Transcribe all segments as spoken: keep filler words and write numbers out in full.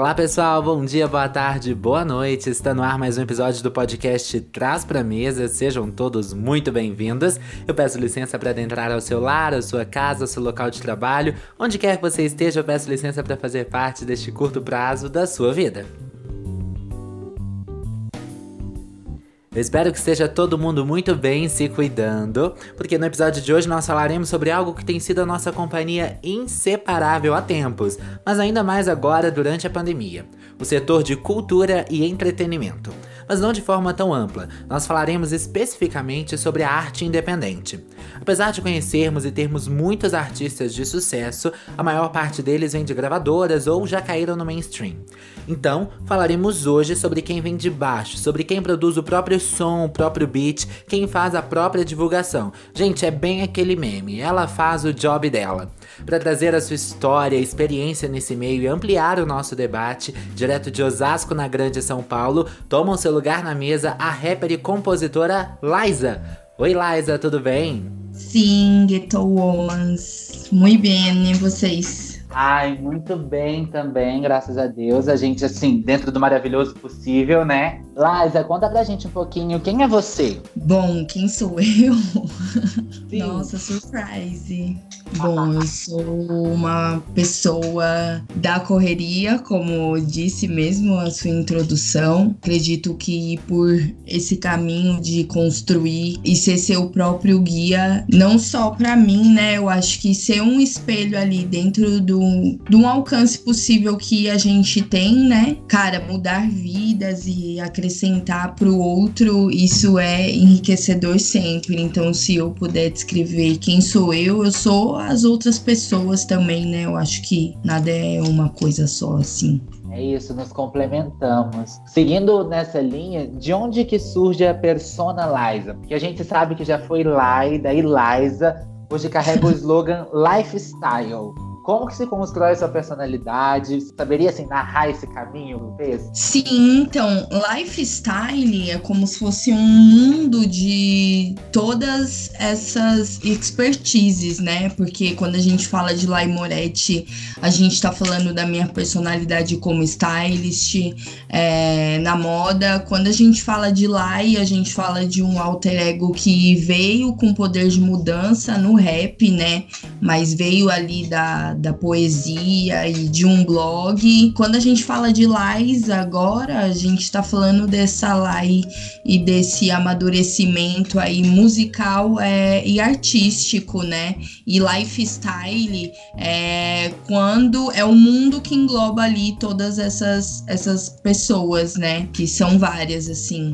Olá pessoal, bom dia, boa tarde, boa noite. Está no ar mais um episódio do podcast Traz Pra Mesa. Sejam todos muito bem-vindos. Eu peço licença para adentrar ao seu lar, à sua casa, ao seu local de trabalho. Onde quer que você esteja, eu peço licença para fazer parte deste curto prazo da sua vida. Eu espero que esteja todo mundo muito bem, se cuidando, porque no episódio de hoje nós falaremos sobre algo que tem sido a nossa companhia inseparável há tempos, mas ainda mais agora durante a pandemia: o setor de cultura e entretenimento. Mas não de forma tão ampla, nós falaremos especificamente sobre a arte independente. Apesar de conhecermos e termos muitos artistas de sucesso, a maior parte deles vem de gravadoras ou já caíram no mainstream. Então, falaremos hoje sobre quem vem de baixo, sobre quem produz o próprio som, o próprio beat, quem faz a própria divulgação. Gente, é bem aquele meme, ela faz o job dela. Para trazer a sua história e experiência nesse meio e ampliar o nosso debate, direto de Osasco, na Grande São Paulo, tomam seu lugar na mesa a rapper e compositora Liza. Oi Liza, tudo bem? Sim, Ghetto Womans. Muito bem, e vocês? Ai, muito bem também, graças a Deus. A gente, assim, dentro do maravilhoso possível, né? Liza, conta pra gente um pouquinho, quem é você? Bom, quem sou eu? Sim. Nossa, surprise. Bom, eu sou uma pessoa da correria, como disse mesmo a sua introdução. Acredito que por esse caminho de construir e ser seu próprio guia, não só pra mim, né? Eu acho que ser um espelho ali dentro do, de um alcance possível que a gente tem, né? Cara, mudar vidas e acrescentar pro outro, isso é enriquecedor sempre. Então, se eu puder descrever quem sou eu, eu sou as outras pessoas também, né? Eu acho que nada é uma coisa só, assim. É isso, nos complementamos. Seguindo nessa linha, de onde que surge a persona Liza? Porque a gente sabe que já foi Lai, daí Liza, hoje carrega o slogan Lifestyle. Como que se constrói sua personalidade? Você saberia, assim, narrar esse caminho no texto? Sim, então, lifestyle é como se fosse um mundo de todas essas expertises, né? Porque quando a gente fala de Lai Moretti, a gente tá falando da minha personalidade como stylist, é, na moda. Quando a gente fala de Lai, a gente fala de um alter ego que veio com poder de mudança no rap, né? Mas veio ali da da poesia e de um blog. Quando a gente fala de Liza agora, a gente tá falando dessa Lai e desse amadurecimento aí musical é, e artístico, né? E lifestyle é quando é o mundo que engloba ali todas essas, essas pessoas, né? Que são várias, assim.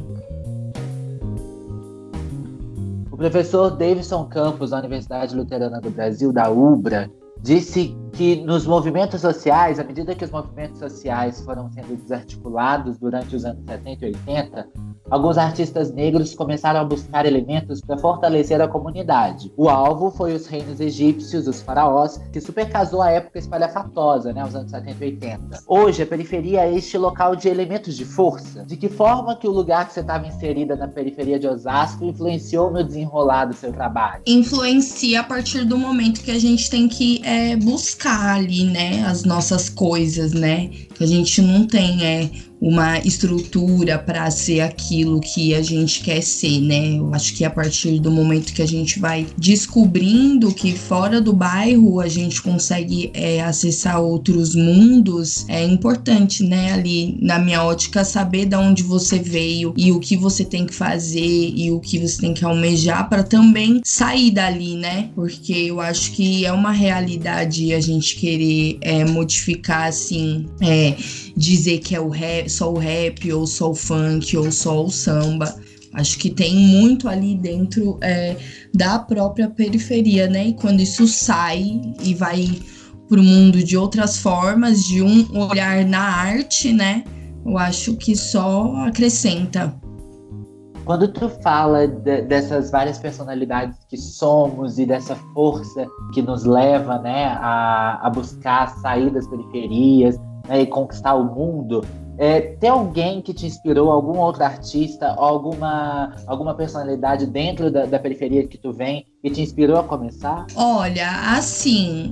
O professor Davidson Campos, da Universidade Luterana do Brasil, da UBRA, disse que nos movimentos sociais, à medida que os movimentos sociais foram sendo desarticulados durante os anos setenta e oitenta, alguns artistas negros começaram a buscar elementos para fortalecer a comunidade. O alvo foi os reinos egípcios, os faraós, que supercasou a época espalhafatosa, né, os anos setenta e oitenta. Hoje, a periferia é este local de elementos de força. De que forma que o lugar que você estava inserida na periferia de Osasco influenciou no desenrolar do seu trabalho? Influencia a partir do momento que a gente tem que é, buscar ali, né, as nossas coisas, né, que a gente não tem é, uma estrutura para ser aquilo que a gente quer ser, né. Eu acho que a partir do momento que a gente vai descobrindo que fora do bairro a gente consegue é, acessar outros mundos, é importante, né, ali na minha ótica, saber de onde você veio e o que você tem que fazer e o que você tem que almejar para também sair dali, né, porque eu acho que é uma realidade a gente querer é, modificar, assim, é, dizer que é o rap, só o rap, ou só o funk, ou só o samba. Acho que tem muito ali dentro é, da própria periferia, né? E quando isso sai e vai pro mundo de outras formas, de um olhar na arte, né? Eu acho que só acrescenta. Quando tu fala de, dessas várias personalidades que somos e dessa força que nos leva, né, a, a buscar sair das periferias, né, e conquistar o mundo, É, tem alguém que te inspirou, algum outro artista, ou alguma, alguma personalidade dentro da, da periferia que tu vem, que te inspirou a começar? Olha, assim,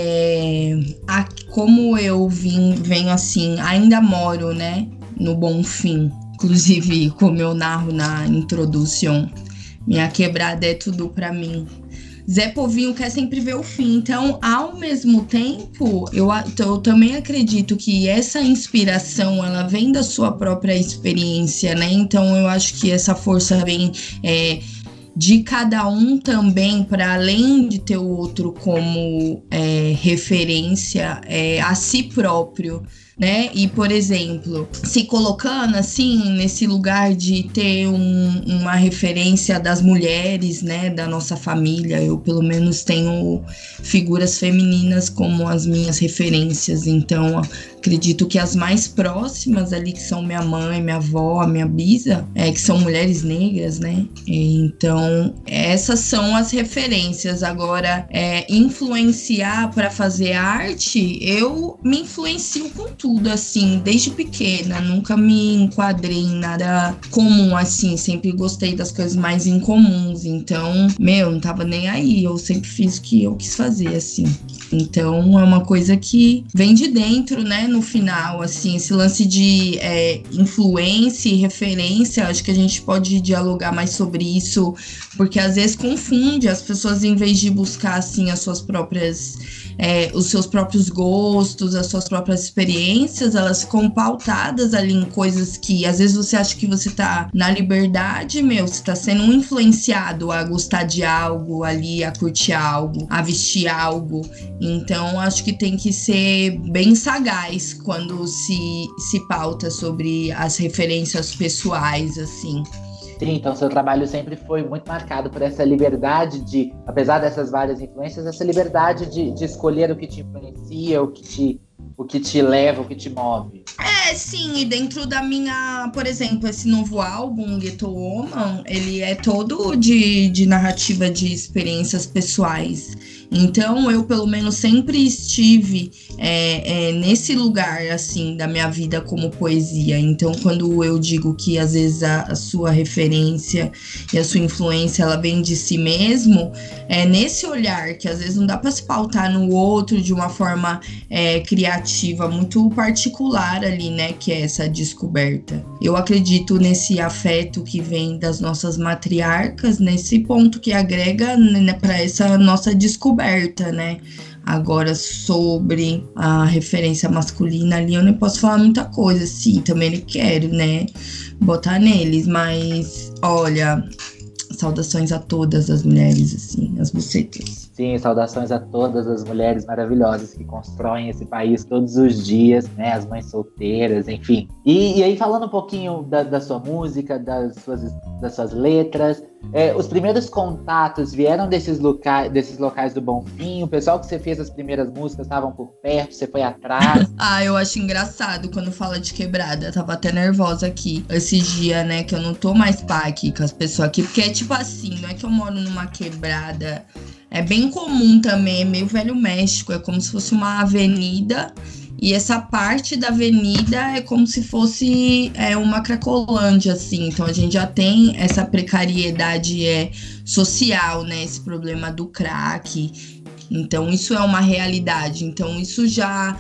é, a, como eu vim, venho assim, ainda moro, né, no Bonfim. Inclusive, como eu narro na introdução, minha quebrada é tudo pra mim. Zé Povinho quer sempre ver o fim. Então, ao mesmo tempo, eu, eu também acredito que essa inspiração, ela vem da sua própria experiência, né? Então, eu acho que essa força vem é, de cada um também, para além de ter o outro como é, referência é, a si próprio, né? E, por exemplo, se colocando assim nesse lugar de ter um, uma referência das mulheres, né, da nossa família, eu pelo menos tenho figuras femininas como as minhas referências, então acredito que as mais próximas ali, que são minha mãe, minha avó, minha bisa, é, que são mulheres negras, né? Então, essas são as referências. Agora, é, influenciar para fazer arte, eu me influencio com tudo, assim, desde pequena. Nunca me enquadrei em nada comum, assim. Sempre gostei das coisas mais incomuns. Então, meu, não tava nem aí. Eu sempre fiz o que eu quis fazer, assim. Então, é uma coisa que vem de dentro, né? No final, assim, esse lance de é, influência e referência, acho que a gente pode dialogar mais sobre isso, porque às vezes confunde as pessoas, em vez de buscar, assim, as suas próprias, é, os seus próprios gostos, as suas próprias experiências, elas ficam pautadas ali em coisas que, às vezes você acha que você tá na liberdade, meu, você tá sendo influenciado a gostar de algo ali, a curtir algo, a vestir algo. Então, acho que tem que ser bem sagaz quando se, se pauta sobre as referências pessoais, assim. Sim, então seu trabalho sempre foi muito marcado por essa liberdade de, apesar dessas várias influências, essa liberdade de, de escolher o que te influencia, o que te, o que te leva, o que te move. É, sim, e dentro da minha, por exemplo, esse novo álbum, Ghetto Woman, ele é todo de, de narrativa de experiências pessoais. Então, eu, pelo menos, sempre estive é, é, nesse lugar, assim, da minha vida como poesia. Então, quando eu digo que, às vezes, a, a sua referência e a sua influência, ela vem de si mesmo, é nesse olhar que, às vezes, não dá para se pautar no outro de uma forma é, criativa, muito particular ali, né, que é essa descoberta. Eu acredito nesse afeto que vem das nossas matriarcas, nesse ponto que agrega, né, para essa nossa descoberta. Né? Agora, sobre a referência masculina ali, eu nem posso falar muita coisa, sim, também não quero, né, botar neles, mas, olha, saudações a todas as mulheres, assim, as bucetas. Sim, saudações a todas as mulheres maravilhosas que constroem esse país todos os dias, né? As mães solteiras, enfim. E, e aí, falando um pouquinho da, da sua música, das suas, das suas letras, é, os primeiros contatos vieram desses, loca- desses locais do Bonfim? O pessoal que você fez as primeiras músicas estavam por perto, você foi atrás? Ah, eu acho engraçado quando fala de quebrada. Eu tava até nervosa aqui esses dias, né? Que eu não tô mais pá aqui com as pessoas aqui. Porque é tipo assim, não é que eu moro numa quebrada. É bem comum também, é meio Velho México. É como se fosse uma avenida. E essa parte da avenida é como se fosse é, uma Cracolândia, assim. Então, a gente já tem essa precariedade é, social, né? Esse problema do crack. Então, isso é uma realidade. Então, isso já,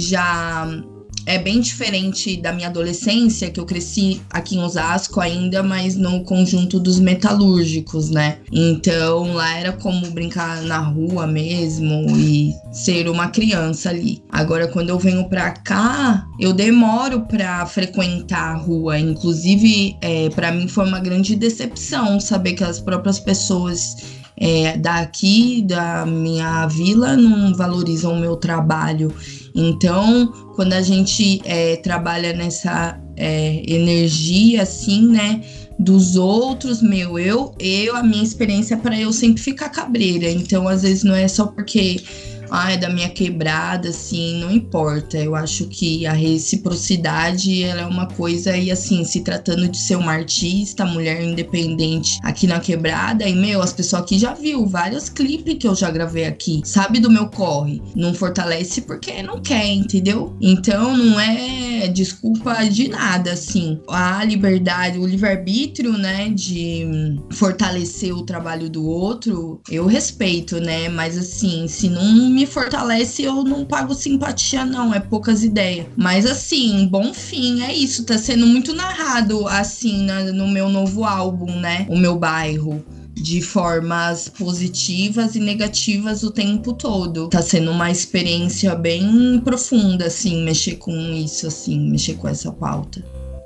já é bem diferente da minha adolescência, que eu cresci aqui em Osasco ainda, mas no conjunto dos metalúrgicos, né? Então, lá era como brincar na rua mesmo e ser uma criança ali. Agora, quando eu venho pra cá, eu demoro pra frequentar a rua. Inclusive, é, pra mim foi uma grande decepção saber que as próprias pessoas é, daqui, da minha vila, não valorizam o meu trabalho. Então, quando a gente é, trabalha nessa é, energia, assim, né, dos outros, meu, eu, eu a minha experiência é para eu sempre ficar cabreira. Então, às vezes, não é só porque ah, é da minha quebrada, assim, não importa. Eu acho que a reciprocidade, ela é uma coisa, e assim, se tratando de ser uma artista, mulher independente aqui na quebrada, e meu, as pessoas aqui já viu vários clipes que eu já gravei aqui, sabe do meu corre. Não fortalece porque não quer, entendeu? Então não é desculpa de nada, assim. A liberdade, o livre-arbítrio, né, de fortalecer o trabalho do outro, eu respeito, né? Mas assim, se não me fortalece, eu não pago simpatia, não. É poucas ideias. Mas assim, bom fim, é isso. Tá sendo muito narrado, assim, na, no meu novo álbum, né? O Meu Bairro. De formas positivas e negativas o tempo todo. Tá sendo uma experiência bem profunda, assim, mexer com isso, assim, mexer com essa pauta.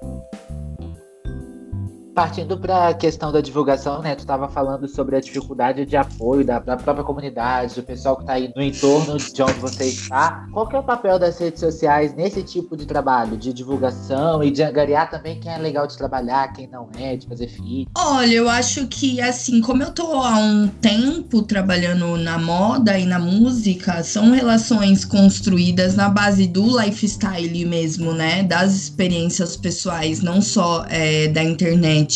Partindo para a questão da divulgação, né? Tu estava falando sobre a dificuldade de apoio da, da própria comunidade, do pessoal que está aí no entorno de onde você está. Qual que é o papel das redes sociais nesse tipo de trabalho, de divulgação e de angariar também quem é legal de trabalhar, quem não é, de fazer feed? Olha, eu acho que, assim, como eu tô há um tempo trabalhando na moda e na música, são relações construídas na base do lifestyle mesmo, né? Das experiências pessoais, não só é, da internet.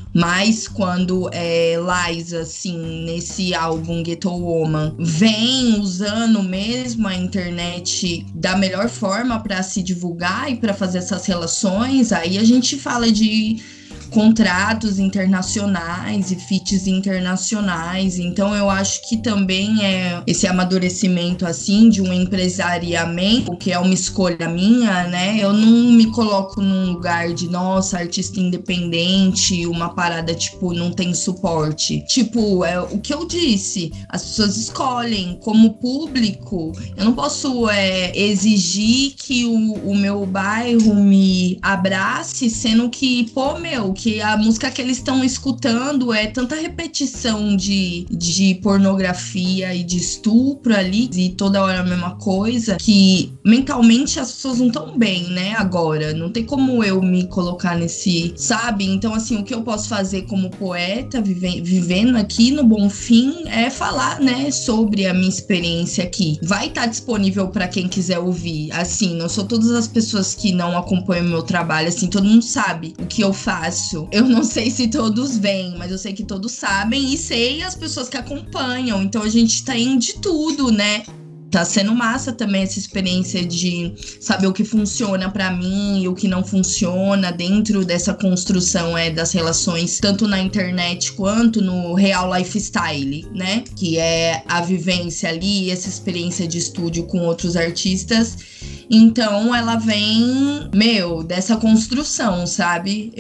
Mas quando é, Liza, assim, nesse álbum Ghetto Woman, vem usando mesmo a internet da melhor forma para se divulgar e para fazer essas relações, aí a gente fala de contratos internacionais e feats internacionais. Então eu acho que também é esse amadurecimento assim de um empresariamento, que é uma escolha minha, né? Eu não me coloco num lugar de nossa, artista independente, uma parada tipo não tem suporte. Tipo, é o que eu disse, as pessoas escolhem como público. Eu não posso é, exigir que o, o meu bairro me abrace, sendo que, pô, meu, que a música que eles estão escutando é tanta repetição de, de pornografia e de estupro ali, e toda hora a mesma coisa, que mentalmente as pessoas não estão bem, né, agora. Não tem como eu me colocar nesse, sabe? Então, assim, o que eu posso fazer como poeta, vive, vivendo aqui no Bonfim, é falar, né, sobre a minha experiência aqui. Vai estar disponível para quem quiser ouvir. Assim, não sou todas as pessoas que não acompanham o meu trabalho, assim, todo mundo sabe o que eu faço. Eu não sei se todos veem, mas eu sei que todos sabem e sei as pessoas que acompanham. Então a gente tem de tudo, né? Tá sendo massa também essa experiência de saber o que funciona pra mim e o que não funciona dentro dessa construção é, das relações, tanto na internet quanto no real lifestyle, né? Que é a vivência ali, essa experiência de estúdio com outros artistas. Então ela vem, meu, dessa construção, sabe?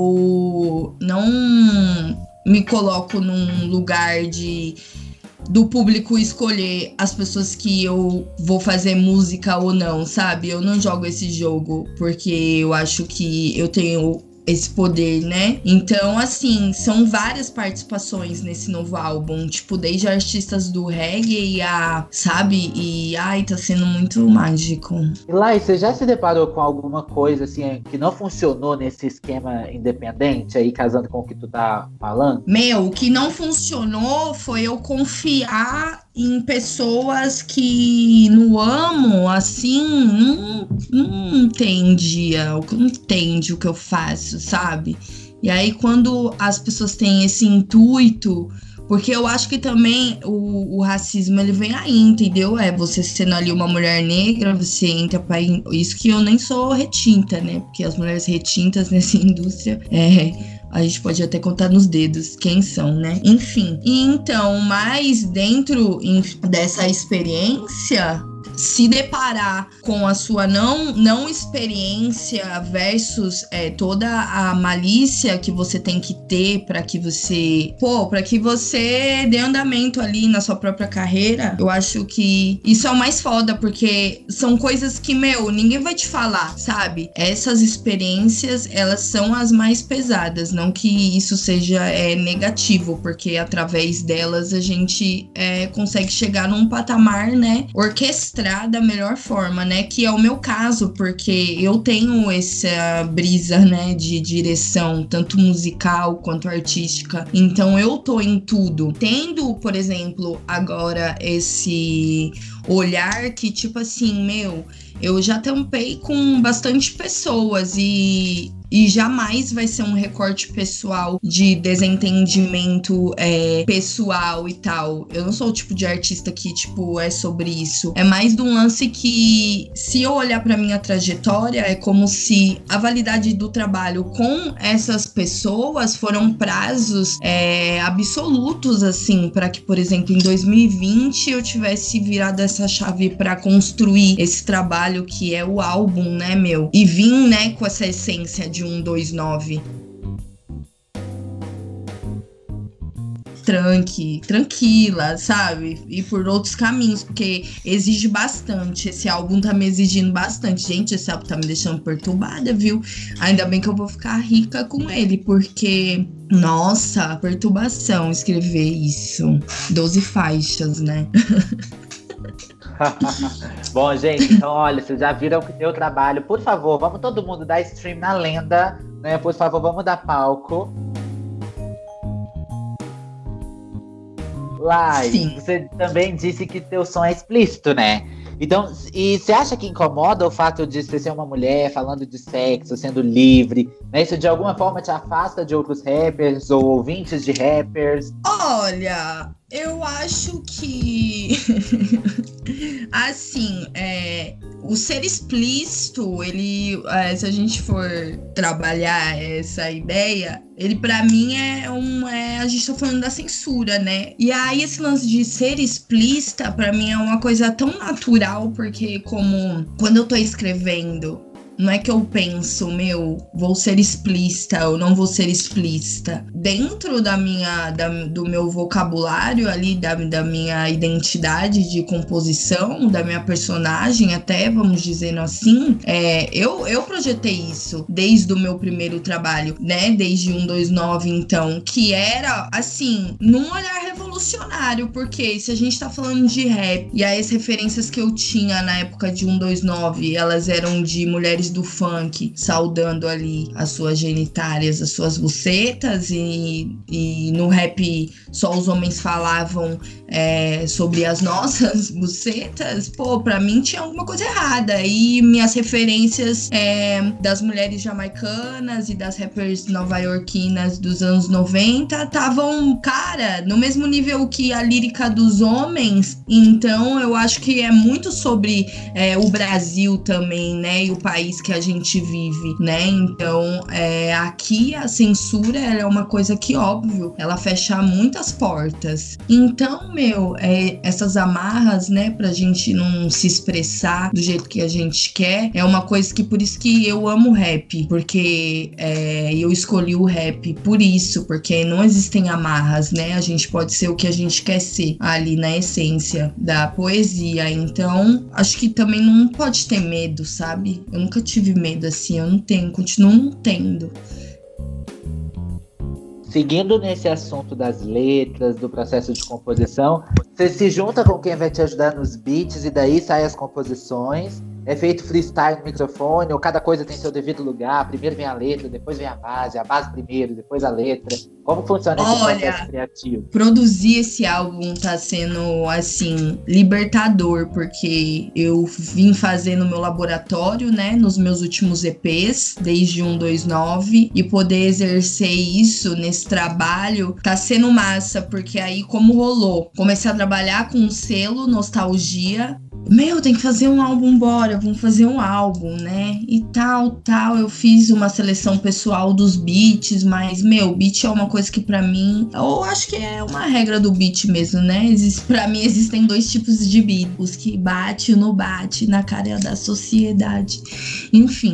Eu não me coloco num lugar de do público escolher as pessoas que eu vou fazer música ou não, sabe? Eu não jogo esse jogo porque eu acho que eu tenho esse poder, né? Então, assim, são várias participações nesse novo álbum, tipo, desde artistas do reggae a, sabe? E, ai, tá sendo muito mágico. E Lai, você já se deparou com alguma coisa, assim, que não funcionou nesse esquema independente aí, casando com o que tu tá falando? Meu, o que não funcionou foi eu confiar em pessoas que no amo, assim, não, não entendia, não entende o que eu faço, sabe? E aí quando as pessoas têm esse intuito, porque eu acho que também o, o racismo, ele vem aí, entendeu? É, você sendo ali uma mulher negra, você entra pra... Isso que eu nem sou retinta, né? Porque as mulheres retintas nessa indústria, é... A gente pode até contar nos dedos quem são, né? Enfim. E então, mas dentro dessa experiência, se deparar com a sua não, não experiência versus é, toda a malícia que você tem que ter para que você, pô, para que você dê andamento ali na sua própria carreira, eu acho que isso é o mais foda, porque são coisas que, meu, ninguém vai te falar, sabe? Essas experiências, elas são as mais pesadas, não que isso seja é, negativo, porque através delas a gente é, consegue chegar num patamar, né, orquestral mostrar da melhor forma, né? Que é o meu caso, porque eu tenho essa brisa, né, de direção, tanto musical quanto artística. Então eu tô em tudo. Tendo, por exemplo, agora esse olhar que, tipo assim, meu, eu já tampei com bastante pessoas e, e jamais vai ser um recorte pessoal de desentendimento é, pessoal e tal. Eu não sou o tipo de artista que, tipo, é sobre isso. É mais de um lance que, se eu olhar pra minha trajetória, é como se a validade do trabalho com essas pessoas foram prazos é, absolutos, assim, para que, por exemplo, em dois mil e vinte eu tivesse virado essa chave pra construir esse trabalho que é o álbum, né, meu? E vim, né, com essa essência de um dois nove. Tranque, tranquila, sabe? E por outros caminhos, porque exige bastante. Esse álbum tá me exigindo bastante. Gente, esse álbum tá me deixando perturbada, viu? Ainda bem que eu vou ficar rica com ele, porque... Nossa, perturbação escrever isso. doze faixas, né? Bom, gente, então olha, vocês já viram que deu trabalho. Por favor, vamos todo mundo dar stream na Lenda, né? Por favor, vamos dar palco. Lai, Sim. Você também disse que teu som é explícito, né? Então, e você acha que incomoda o fato de você ser uma mulher falando de sexo, sendo livre, né? Isso de alguma forma te afasta de outros rappers ou ouvintes de rappers? Olha, eu acho que assim, é, o ser explícito, ele, é, se a gente for trabalhar essa ideia, ele pra mim é um, é, a gente tá falando da censura, né? E aí esse lance de ser explícita pra mim é uma coisa tão natural, porque como quando eu tô escrevendo, não é que eu penso, meu, vou ser explícita ou não vou ser explícita. Dentro da minha, da, do meu vocabulário ali, da, da minha identidade de composição, da minha personagem até, vamos dizendo assim, é, eu, eu projetei isso desde o meu primeiro trabalho, né? Desde um dois nove, então, que era, assim, num olhar revolucionário, porque se a gente tá falando de rap, e aí as referências que eu tinha na época de um dois nove, elas eram de mulheres do funk, saudando ali as suas genitárias, as suas bucetas, e, e no rap só os homens falavam é, sobre as nossas bucetas. Pô, pra mim tinha alguma coisa errada. E minhas referências é, das mulheres jamaicanas e das rappers nova-iorquinas dos anos noventa estavam, cara, no mesmo nível que a lírica dos homens. Então eu acho que é muito sobre é, o Brasil também, né, e o país que a gente vive, né? Então, é, aqui a censura ela é uma coisa que, óbvio, ela fecha muitas portas. Então, meu, é, essas amarras, né, pra gente não se expressar do jeito que a gente quer, é uma coisa que, por isso que eu amo rap, porque é, eu escolhi o rap por isso, porque não existem amarras, né? A gente pode ser o que a gente quer ser ali na essência da poesia. Então, acho que também não pode ter medo, sabe? Eu nunca tive medo assim, eu não tenho, continuo não tendo. Seguindo nesse assunto das letras, do processo de composição, você se junta com quem vai te ajudar nos beats e daí saem as composições. É feito freestyle no microfone, ou cada coisa tem seu devido lugar. Primeiro vem a letra, depois vem a base, a base primeiro, depois a letra. Como funciona esse Olha, processo criativo? Produzir esse álbum tá sendo, assim, libertador, porque eu vim fazer no meu laboratório, né, nos meus últimos E Ps, desde um dois nove, e poder exercer isso nesse trabalho tá sendo massa, porque aí como rolou? Comecei a trabalhar com o selo Nostalgia. Meu, tem que fazer um álbum, bora, vamos fazer um álbum, né? E tal, tal. Eu fiz uma seleção pessoal dos beats, mas, meu, beat é uma coisa que pra mim, eu acho que é uma regra do beat mesmo, né? Existe, pra mim existem dois tipos de beat, os que bate ou não bate na cara da sociedade. Enfim.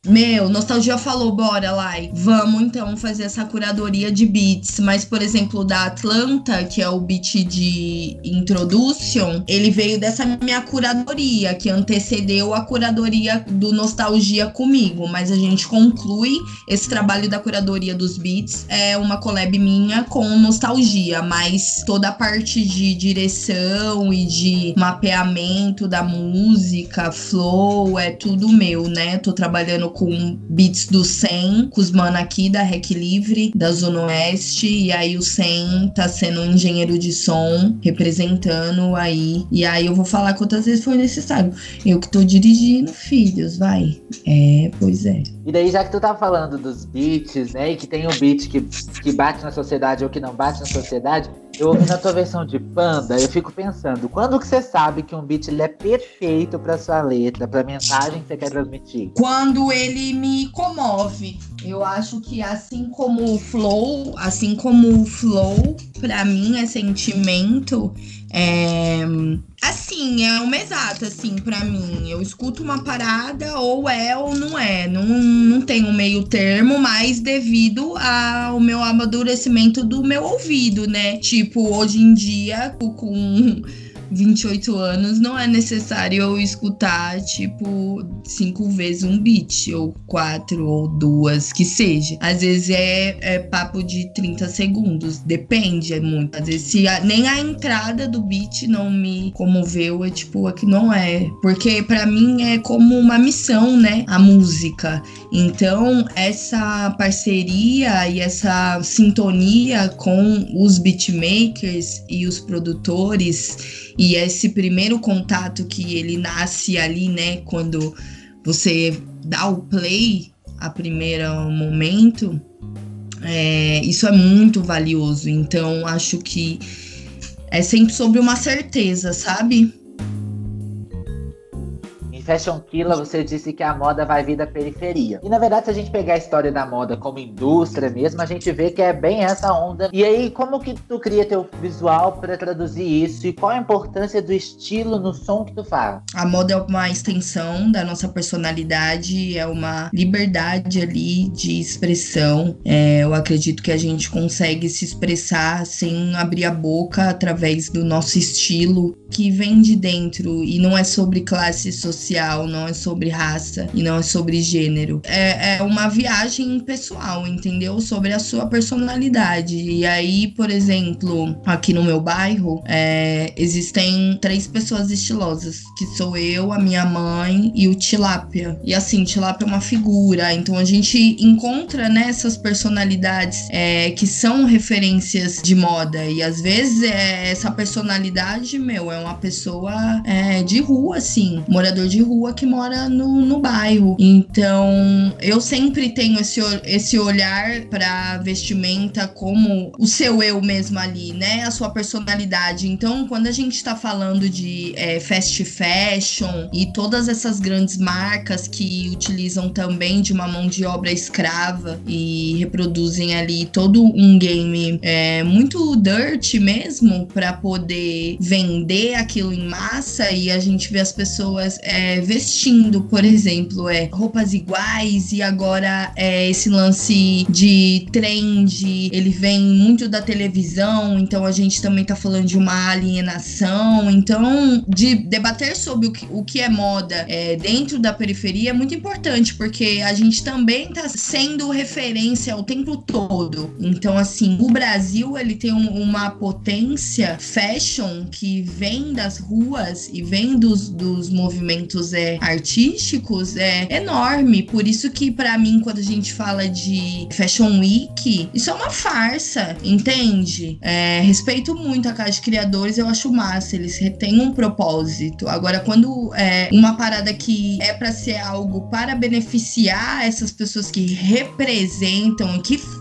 Meu, Nostalgia falou, bora lá, vamos então fazer essa curadoria de beats. Mas, por exemplo, da Atlanta, que é o beat de Introduction, ele veio dessa minha curadoria, que antecedeu a curadoria do Nostalgia comigo. Mas a gente conclui esse trabalho da curadoria dos beats, é uma collab minha com Nostalgia, mas toda a parte de direção e de mapeamento da música, flow, é tudo meu, né? Tô trabalhando com beats do Sen, com os mano aqui da Rec Livre, da Zona Oeste, e aí o Sen tá sendo um engenheiro de som, representando aí, e aí eu vou falar quantas vezes for necessário. Eu que tô dirigindo, filhos, vai. É, pois é. E daí, já que tu tá falando dos beats, né, e que tem um beat que, que bate na sociedade ou que não bate na sociedade, eu ouvindo a tua versão de Panda, eu fico pensando, quando que você sabe que um beat ele é perfeito pra sua letra, pra mensagem que você quer transmitir? Quando ele me comove. Eu acho que assim como o flow, assim como o flow, pra mim é sentimento, é... assim, é uma exata, assim, pra mim. Eu escuto uma parada, ou é ou não é. Não, não tem um meio termo, mas devido ao meu amadurecimento do meu ouvido, né? Tipo, hoje em dia, com vinte e oito anos, não é necessário eu escutar, tipo, cinco vezes um beat, ou quatro, ou duas, que seja. Às vezes é, é papo de trinta segundos, depende, é muito. Às vezes, se a, nem a entrada do beat não me comoveu, é tipo, aqui não é. Porque pra mim é como uma missão, né, a música. Então, essa parceria e essa sintonia com os beatmakers e os produtores, e esse primeiro contato que ele nasce ali, né, quando você dá o play, a primeiro momento, é, isso é muito valioso. Então, acho que é sempre sobre uma certeza, sabe? Fashion Killa, você disse que a moda vai vir da periferia. E na verdade, se a gente pegar a história da moda como indústria mesmo, a gente vê que é bem essa onda. E aí, como que tu cria teu visual para traduzir isso? E qual a importância do estilo no som que tu faz? A moda é uma extensão da nossa personalidade, é uma liberdade ali de expressão. É, eu acredito que a gente consegue se expressar sem abrir a boca através do nosso estilo, que vem de dentro, e não é sobre classe social, não é sobre raça e não é sobre gênero. É, é uma viagem pessoal, entendeu? Sobre a sua personalidade. E aí, por exemplo, aqui no meu bairro, é, existem três pessoas estilosas, que sou eu, a minha mãe e o Tilápia. E assim, Tilápia é uma figura, então a gente encontra, né, essas personalidades é, que são referências de moda. E às vezes é, essa personalidade, meu, é uma pessoa é, de rua, assim, morador de rua que mora no, no bairro. Então, eu sempre tenho esse, esse olhar pra vestimenta como o seu eu mesmo ali, né? A sua personalidade. Então, quando a gente tá falando de é, fast fashion e todas essas grandes marcas que utilizam também de uma mão de obra escrava e reproduzem ali todo um game é, muito dirty mesmo pra poder vender aquilo em massa, e a gente vê as pessoas é, vestindo, por exemplo, é, roupas iguais, e agora é, esse lance de trend, ele vem muito da televisão, então a gente também tá falando de uma alienação. Então, de debater sobre o que, o que é moda é, dentro da periferia é muito importante, porque a gente também tá sendo referência o tempo todo. Então, assim, o Brasil, ele tem um, uma potência fashion que vem das ruas e vem dos, dos movimentos é, artísticos, é enorme. Por isso que, pra mim, quando a gente fala de Fashion Week, isso é uma farsa, entende? É, respeito muito a Casa de Criadores, eu acho massa, eles têm um propósito. Agora, quando é uma parada que é pra ser algo para beneficiar essas pessoas que representam, que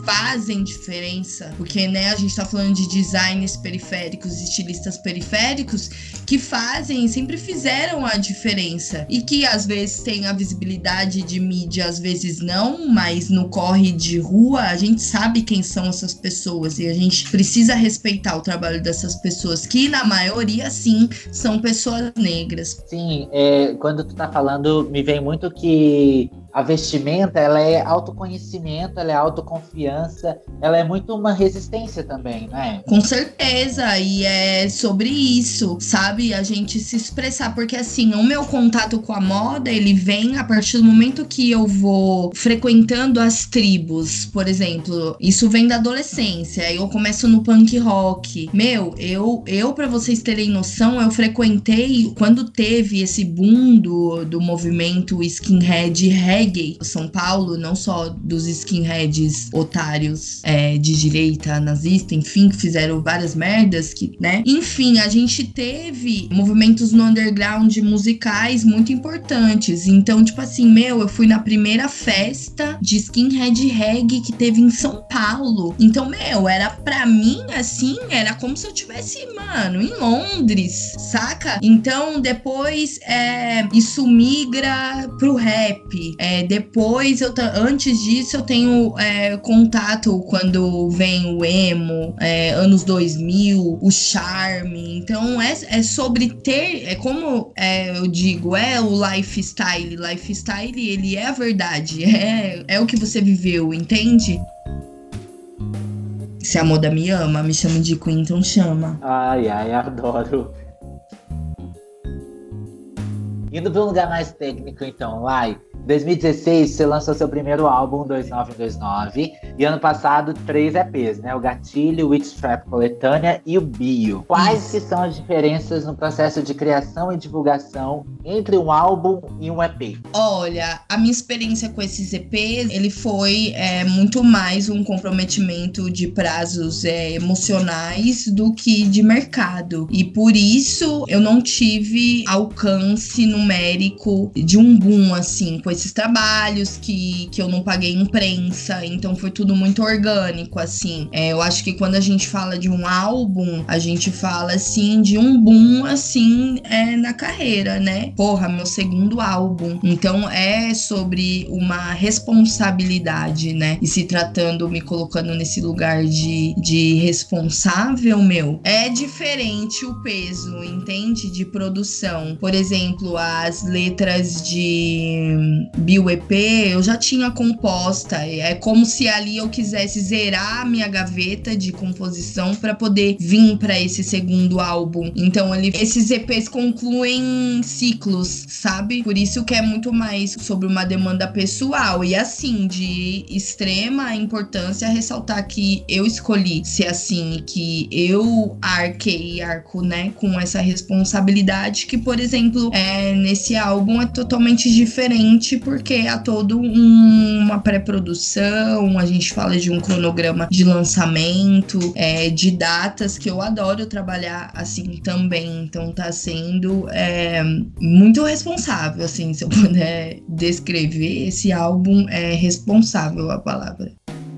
fazem diferença, porque, né, a gente tá falando de designers periféricos, estilistas periféricos, que fazem, sempre fizeram a diferença, e que às vezes tem a visibilidade de mídia, às vezes não, mas no corre de rua a gente sabe quem são essas pessoas, e a gente precisa respeitar o trabalho dessas pessoas, que na maioria, sim, são pessoas negras. Sim, é, quando tu tá falando, me vem muito que a vestimenta, ela é autoconhecimento, ela é autoconfiança, ela é muito uma resistência também, né? Com certeza, e é sobre isso, sabe? A gente se expressar, porque assim, o meu contato com a moda, ele vem a partir do momento que eu vou frequentando as tribos, por exemplo, isso vem da adolescência, aí eu começo no punk rock. Meu, eu, eu pra vocês terem noção, eu frequentei, quando teve esse boom do, do movimento skinhead reggae, São Paulo, não só dos skinheads otários é, de direita, nazista, enfim, que fizeram várias merdas, que, né? Enfim, a gente teve movimentos no underground musicais muito importantes. Então, tipo assim, meu, eu fui na primeira festa de skinhead reggae que teve em São Paulo. Então, meu, era pra mim, assim, era como se eu tivesse, mano, em Londres, saca? Então, depois, é, isso migra pro rap. É, depois, eu t- antes disso, eu tenho é, contato quando vem o emo, é, anos dois mil, o charme. Então, é, é sobre ter, é como é, eu digo, é o lifestyle. Lifestyle, ele é a verdade, é, é o que você viveu, entende? Se a moda me ama, me chama de Queen, então chama. Ai, ai, adoro. Indo para um lugar mais técnico, então, Lai. Em dois mil e dezesseis, você lançou seu primeiro álbum, dois nove dois nove, e ano passado, três E Pês, né? O Gatilho, o Witch Trap Coletânea e o Bio. Quais que são as diferenças no processo de criação e divulgação entre um álbum e um E P? Olha, a minha experiência com esses E Pês, ele foi é, muito mais um comprometimento de prazos é, emocionais do que de mercado. E por isso, eu não tive alcance numérico de um boom, assim, com esses trabalhos, que, que eu não paguei imprensa, então foi tudo muito orgânico, assim. É, eu acho que quando a gente fala de um álbum, a gente fala, assim, de um boom, assim, é, na carreira, né? Porra, meu segundo álbum. Então é sobre uma responsabilidade, né? E se tratando, me colocando nesse lugar de, de responsável, meu, é diferente o peso, entende? De produção. Por exemplo, as letras de Bio E P, eu já tinha composta. É como se ali eu quisesse zerar a minha gaveta de composição para poder vir para esse segundo álbum. Então, ele, esses E Pês concluem ciclos, sabe? Por isso que é muito mais sobre uma demanda pessoal. E assim, de extrema importância ressaltar que eu escolhi ser assim, que eu arquei, arco, né, com essa responsabilidade que, por exemplo, é, nesse álbum é totalmente diferente, porque há todo um, uma pré-produção, a gente fala de um cronograma de lançamento, é, de datas, que eu adoro trabalhar assim também. Então tá sendo é, muito responsável, assim, se eu puder descrever esse álbum, é responsável a palavra.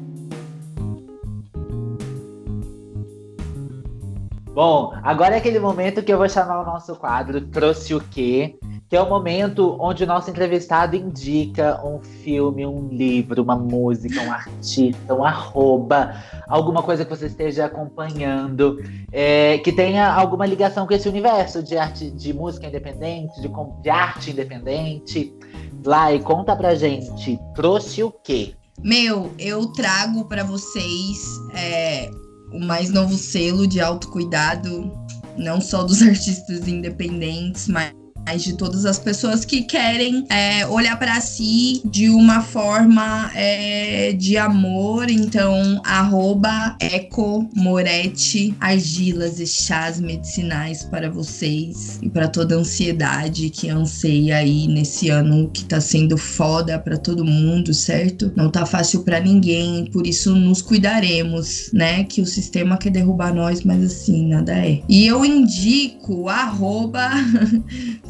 Bom, agora é aquele momento que eu vou chamar o nosso quadro Trouxe o Quê? Que é o momento onde o nosso entrevistado indica um filme, um livro, uma música, um artista, um arroba, alguma coisa que você esteja acompanhando, é, que tenha alguma ligação com esse universo de arte, de música independente, de, de arte independente. Lai, conta pra gente, trouxe o quê? Meu, eu trago pra vocês é, o mais novo selo de autocuidado, não só dos artistas independentes, mas de todas as pessoas que querem é, olhar para si de uma forma é, de amor. Então, arroba Eco Moretti, argilas e chás medicinais para vocês e para toda a ansiedade que anseia aí nesse ano que tá sendo foda para todo mundo, certo? Não tá fácil para ninguém, por isso nos cuidaremos, né? Que o sistema quer derrubar nós, mas assim, nada é. E eu indico arroba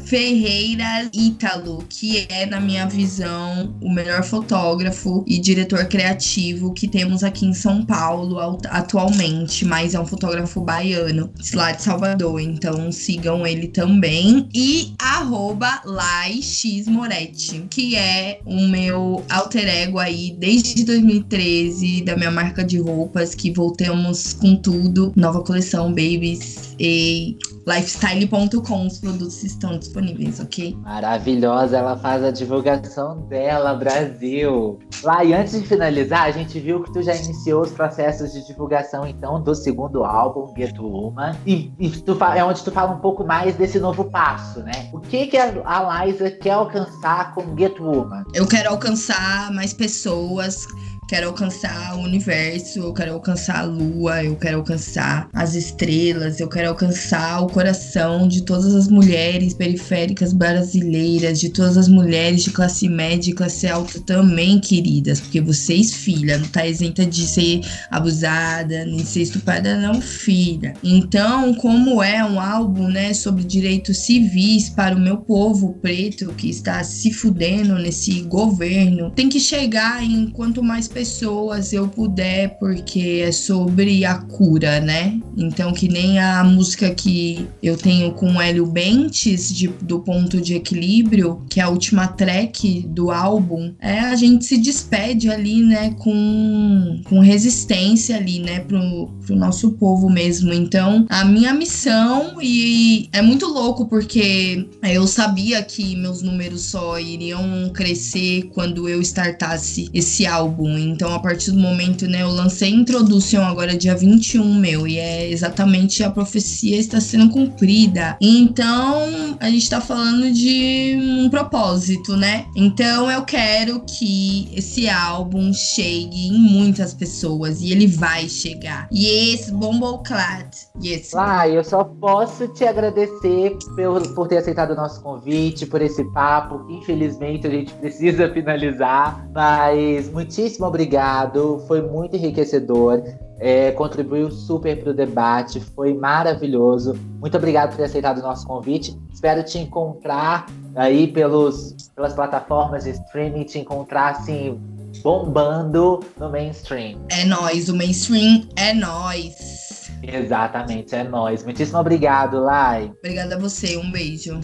Ferreira Ítalo, que é, na minha visão, o melhor fotógrafo e diretor criativo que temos aqui em São Paulo atualmente, mas é um fotógrafo baiano, lá de Salvador, então sigam ele também. E arroba Lai X Moretti, que é o meu alter ego aí desde dois mil e treze, da minha marca de roupas, que voltamos com tudo, nova coleção Babies e lifestyle ponto com, os produtos estão disponíveis, ok? Maravilhosa, ela faz a divulgação dela, Brasil. Lá, e antes de finalizar, a gente viu que tu já iniciou os processos de divulgação, então, do segundo álbum, Get Woman, e, e tu, é onde tu fala um pouco mais desse novo passo, né? O que que a Liza quer alcançar com Get Woman? Eu quero alcançar mais pessoas, quero alcançar o universo, eu quero alcançar a lua, eu quero alcançar as estrelas, eu quero alcançar o coração de todas as mulheres periféricas brasileiras, de todas as mulheres de classe média e classe alta também, queridas, porque vocês, filha, não tá isenta de ser abusada, nem de ser estuprada, não, filha. Então, como é um álbum, né, sobre direitos civis para o meu povo preto que está se fudendo nesse governo, tem que chegar em quanto mais pessoas eu puder, porque é sobre a cura, né? Então, que nem a música que eu tenho com o Hélio Bentes, de, do Ponto de Equilíbrio, que é a última track do álbum, é a gente se despede ali, né, com, com resistência ali, né, pro, pro nosso povo mesmo. Então, a minha missão, e é muito louco, porque eu sabia que meus números só iriam crescer quando eu startasse esse álbum. Então, a partir do momento, né, eu lancei Introduction agora dia vinte e um, meu, e é exatamente a profecia está sendo cumprida. Então, a gente tá falando de um propósito, né? Então, eu quero que esse álbum chegue em muitas pessoas, e ele vai chegar. Yes, Bomboclat. Yes. Ah, eu só posso te agradecer por, por ter aceitado o nosso convite, por esse papo. Infelizmente, a gente precisa finalizar, mas muitíssimo obrigado, foi muito enriquecedor, é, contribuiu super para o debate, foi maravilhoso. Muito obrigado por ter aceitado o nosso convite. Espero te encontrar aí pelos, pelas plataformas de streaming, te encontrar assim, bombando no mainstream. É nóis, o mainstream é nóis. Exatamente, é nóis. Muitíssimo obrigado, Lai. Obrigada a você, um beijo.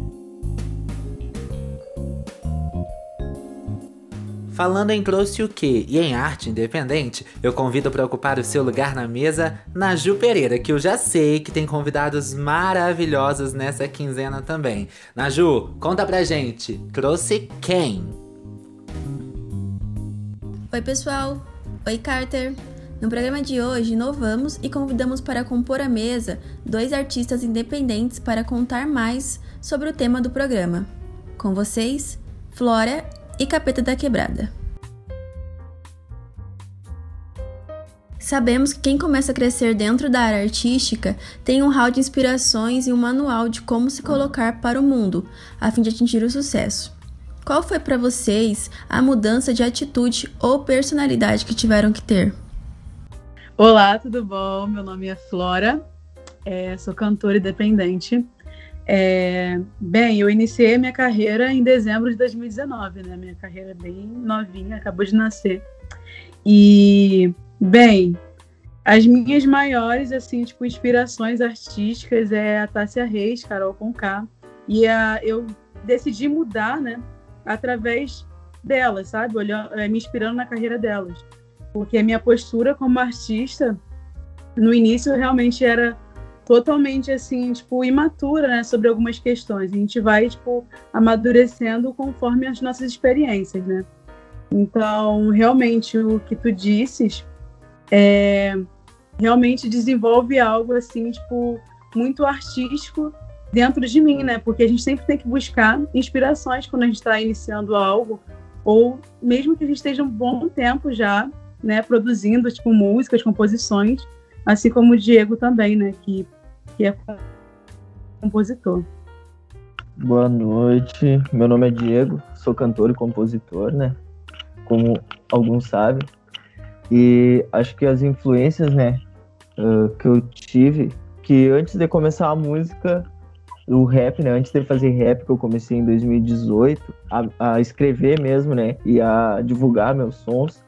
Falando em trouxe o quê e em arte independente, eu convido para ocupar o seu lugar na mesa Naju Pereira, que eu já sei que tem convidados maravilhosos nessa quinzena também. Naju, conta pra gente, trouxe quem? Oi pessoal, oi Carter. No programa de hoje, inovamos e convidamos para compor a mesa dois artistas independentes para contar mais sobre o tema do programa. Com vocês, Flora e Capeta da Quebrada. Sabemos que quem começa a crescer dentro da área artística tem um hall de inspirações e um manual de como se colocar para o mundo, a fim de atingir o sucesso. Qual foi para vocês a mudança de atitude ou personalidade que tiveram que ter? Olá, tudo bom? Meu nome é Flora, é, sou cantora independente. É, bem, eu iniciei minha carreira em dezembro de dois mil e dezenove, né? Minha carreira é bem novinha, acabou de nascer. E, bem, as minhas maiores, assim, tipo, inspirações artísticas é a Tássia Reis, Carol Conká. E a, eu decidi mudar, né? Através delas, sabe? Olhando, me inspirando na carreira delas. Porque a minha postura como artista, no início, realmente era totalmente, assim, tipo, imatura, né, sobre algumas questões. A gente vai, tipo, amadurecendo conforme as nossas experiências, né? Então, realmente, o que tu disses é, realmente desenvolve algo, assim, tipo, muito artístico dentro de mim, né? Porque a gente sempre tem que buscar inspirações quando a gente está iniciando algo, ou mesmo que a gente esteja um bom tempo já, né, produzindo, tipo, músicas, composições, assim como o Diego também, né, que, que é compositor. Boa noite, meu nome é Diego, sou cantor e compositor, né, como alguns sabem, e acho que as influências, né, uh, que eu tive, que antes de começar a música, o rap, né? Antes de fazer rap, que eu comecei em dois mil e dezoito, a, a escrever mesmo, né? E a divulgar meus sons,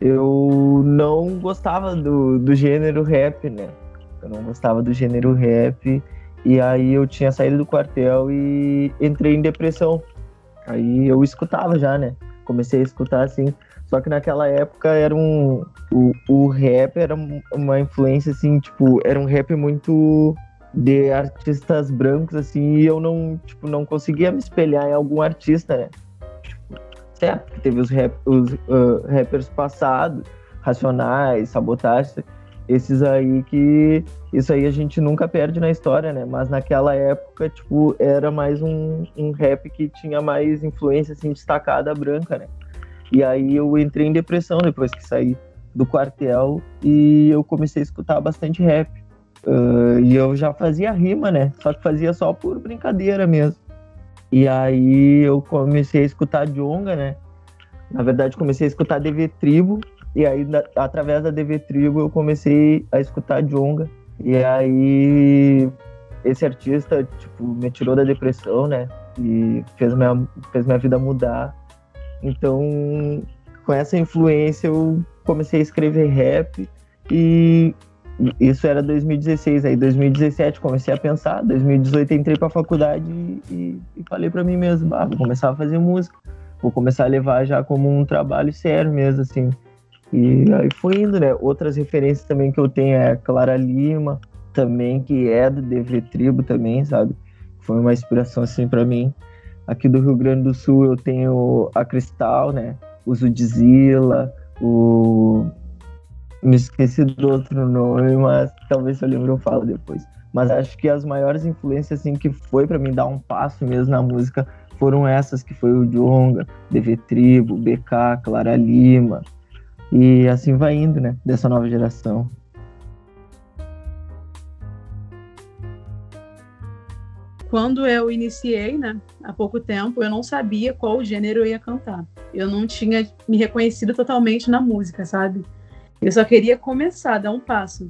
eu não gostava do, do gênero rap, né? Eu não gostava do gênero rap. E aí eu tinha saído do quartel e entrei em depressão. Aí eu escutava já, né? Comecei a escutar assim. Só que naquela época era um... O, o rap era uma influência, assim, tipo... Era um rap muito de artistas brancos, assim. E eu não, tipo, não conseguia me espelhar em algum artista, né? Tipo, certo que teve os, rap, os uh, rappers passados, Racionais, Sabotagem... Esses aí que... Isso aí a gente nunca perde na história, né? Mas naquela época, tipo, era mais um, um rap que tinha mais influência, assim, destacada branca, né? E aí eu entrei em depressão depois que saí do quartel e eu comecei a escutar bastante rap. Uh, e eu já fazia rima, né? Só que fazia só por brincadeira mesmo. E aí eu comecei a escutar Djonga, né? Na verdade, comecei a escutar D V Tribo. E aí, da, através da D V Tribo, eu comecei a escutar Djonga. E aí, esse artista, tipo, me tirou da depressão, né? E fez minha, fez minha vida mudar. Então, com essa influência, eu comecei a escrever rap. E isso era dois mil e dezesseis. Aí, dois mil e dezessete, comecei a pensar. dois mil e dezoito, entrei pra faculdade e, e, e falei pra mim mesmo, ah, vou começar a fazer música. Vou começar a levar já como um trabalho sério mesmo, assim. E aí foi indo, né? Outras referências também que eu tenho é a Clara Lima, também, que é do D V Tribo também, sabe? Foi uma inspiração, assim, pra mim. Aqui do Rio Grande do Sul eu tenho a Cristal, né? O Zudzilla, o... Me esqueci do outro nome, mas talvez se eu lembro eu falo depois. Mas acho que as maiores influências, assim, que foi pra mim dar um passo mesmo na música foram essas, que foi o Djonga, D V Tribo, B K, Clara Lima... E assim vai indo, né? Dessa nova geração. Quando eu iniciei, né? Há pouco tempo, eu não sabia qual gênero eu ia cantar. Eu não tinha me reconhecido totalmente na música, sabe? Eu só queria começar, dar um passo.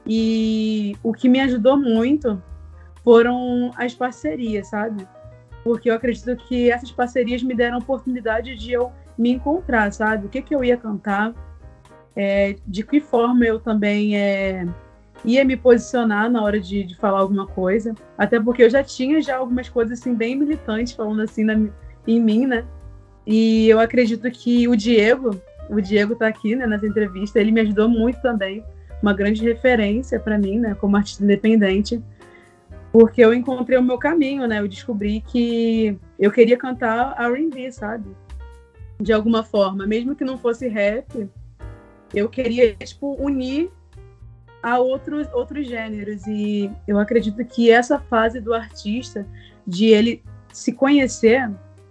E o que me ajudou muito foram as parcerias, sabe? Porque eu acredito que essas parcerias me deram a oportunidade de eu me encontrar, sabe? O que, que eu ia cantar, é, de que forma eu também é, ia me posicionar na hora de, de falar alguma coisa. Até porque eu já tinha já algumas coisas assim, bem militantes, falando assim na, em mim, né? E eu acredito que o Diego, o Diego tá aqui, né, nessa entrevista, ele me ajudou muito também, uma grande referência para mim, né, como artista independente, porque eu encontrei o meu caminho, né? Eu descobri que eu queria cantar R and B, sabe? De alguma forma, mesmo que não fosse rap, eu queria, tipo, unir a outros, outros gêneros. E eu acredito que essa fase do artista, de ele se conhecer,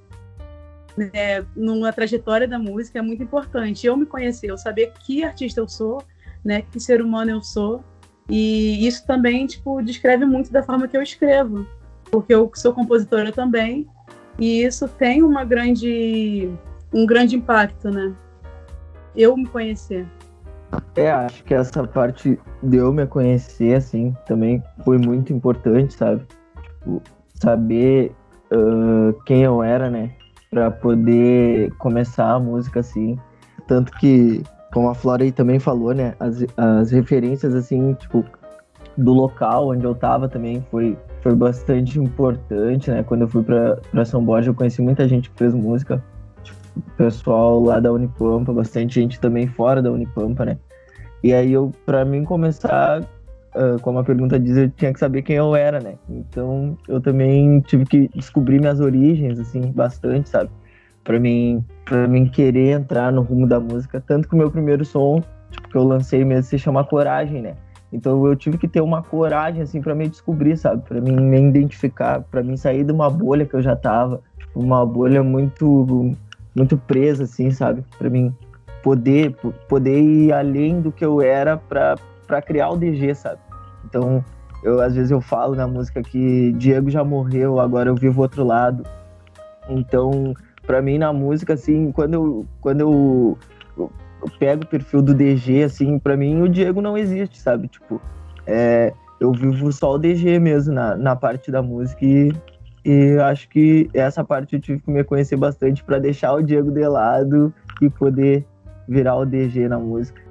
né, numa trajetória da música, é muito importante. Eu me conhecer, eu saber que artista eu sou, né, que ser humano eu sou. E isso também, tipo, descreve muito da forma que eu escrevo, porque eu sou compositora também, e isso tem uma grande... um grande impacto, né? Eu me conhecer. É, acho que essa parte de eu me conhecer, assim, também foi muito importante, sabe? Tipo, saber uh, quem eu era, né? Pra poder começar a música, assim. Tanto que, como a Flora aí também falou, né? As, as referências, assim, tipo, do local onde eu tava também foi, foi bastante importante, né? Quando eu fui pra, pra São Borja, eu conheci muita gente que fez música. Pessoal lá da Unipampa, bastante gente também fora da Unipampa, né? E aí eu, pra mim começar, uh, como a pergunta diz, eu tinha que saber quem eu era, né? Então eu também tive que descobrir minhas origens, assim, bastante, sabe? Pra mim, pra mim querer entrar no rumo da música, tanto que o meu primeiro som, tipo, que eu lancei mesmo, se chama Coragem, né? Então eu tive que ter uma coragem, assim, pra me descobrir, sabe? Pra mim me identificar, pra mim sair de uma bolha que eu já tava, tipo, uma bolha muito... muito presa, assim, sabe? Pra mim poder, poder ir além do que eu era pra, pra criar o D G, sabe? Então, eu, às vezes eu falo na música que Diego já morreu, agora eu vivo outro lado. Então, pra mim, na música, assim, quando eu, quando eu, eu, eu pego o perfil do D G, assim, pra mim, o Diego não existe, sabe? Tipo, é, eu vivo só o D G mesmo na, na parte da música e, e acho que essa parte eu tive que me conhecer bastante para deixar o Diego de lado e poder virar o D G na música.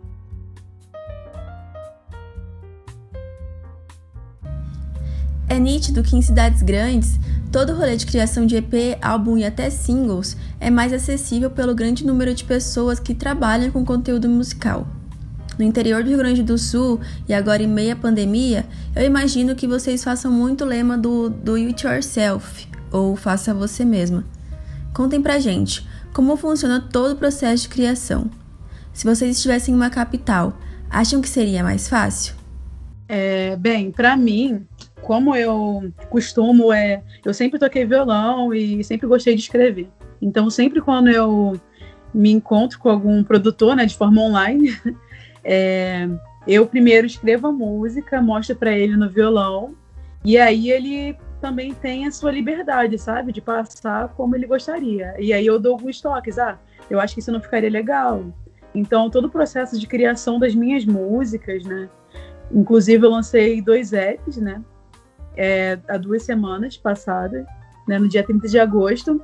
É nítido que em cidades grandes, todo o rolê de criação de E P, álbum e até singles é mais acessível pelo grande número de pessoas que trabalham com conteúdo musical. No interior do Rio Grande do Sul, e agora em meio à pandemia, eu imagino que vocês façam muito o lema do do it yourself, ou faça você mesma. Contem pra gente, como funciona todo o processo de criação? Se vocês estivessem em uma capital, acham que seria mais fácil? É, bem, pra mim, como eu costumo, é, eu sempre toquei violão e sempre gostei de escrever. Então, sempre quando eu me encontro com algum produtor, né, de forma online, é, eu primeiro escrevo a música, mostro para ele no violão, e aí ele também tem a sua liberdade, sabe, de passar como ele gostaria. E aí eu dou alguns toques, ah, eu acho que isso não ficaria legal. Então, todo o processo de criação das minhas músicas, né, inclusive eu lancei dois E Ps, né, É, há duas semanas passadas, né, no dia trinta de agosto,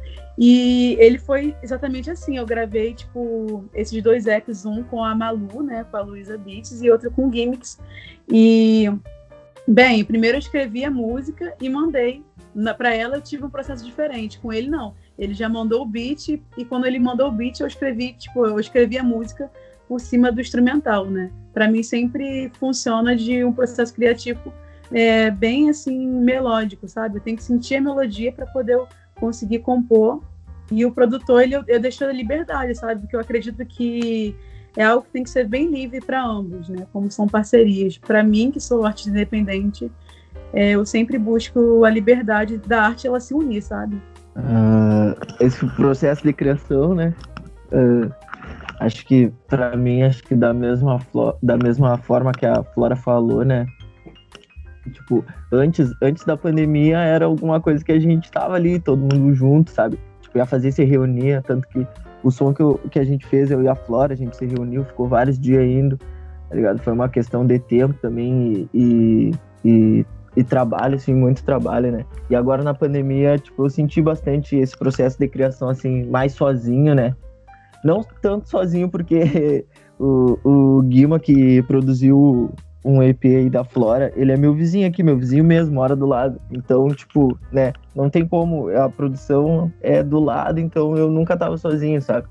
e ele foi exatamente assim, eu gravei, tipo, esses dois E Ps, um com a Malu, né, com a Luísa Beats, e outro com Gimmicks, e, bem, primeiro eu escrevi a música e mandei, para ela eu tive um processo diferente, com ele não, ele já mandou o beat, e quando ele mandou o beat eu escrevi, tipo, eu escrevi a música por cima do instrumental, né, para mim sempre funciona de um processo criativo É bem assim melódico, sabe? Eu tenho que sentir a melodia para poder eu conseguir compor. E o produtor, ele, eu, eu deixo a liberdade, sabe? Porque eu acredito que é algo que tem que ser bem livre para ambos, né? Como são parcerias. Para mim, que sou artista independente, é, eu sempre busco a liberdade da arte ela se unir, sabe? Uh, esse processo de criação, né? Uh, acho que para mim, acho que da mesma, da mesma forma que a Flora falou, né? Tipo, antes, antes da pandemia era alguma coisa que a gente tava ali, todo mundo junto, sabe? Tipo, ia fazer, se reunia, tanto que o som que, eu, que a gente fez, eu e a Flora, a gente se reuniu, ficou vários dias indo, tá ligado? Foi uma questão de tempo também e, e, e trabalho, assim, muito trabalho, né? E agora na pandemia, tipo, eu senti bastante esse processo de criação, assim, mais sozinho, né? Não tanto sozinho, porque o, o Guima, que produziu um E P aí da Flora, ele é meu vizinho aqui, meu vizinho mesmo, mora do lado. Então, tipo, né, não tem como, a produção é do lado, então eu nunca tava sozinho, sabe?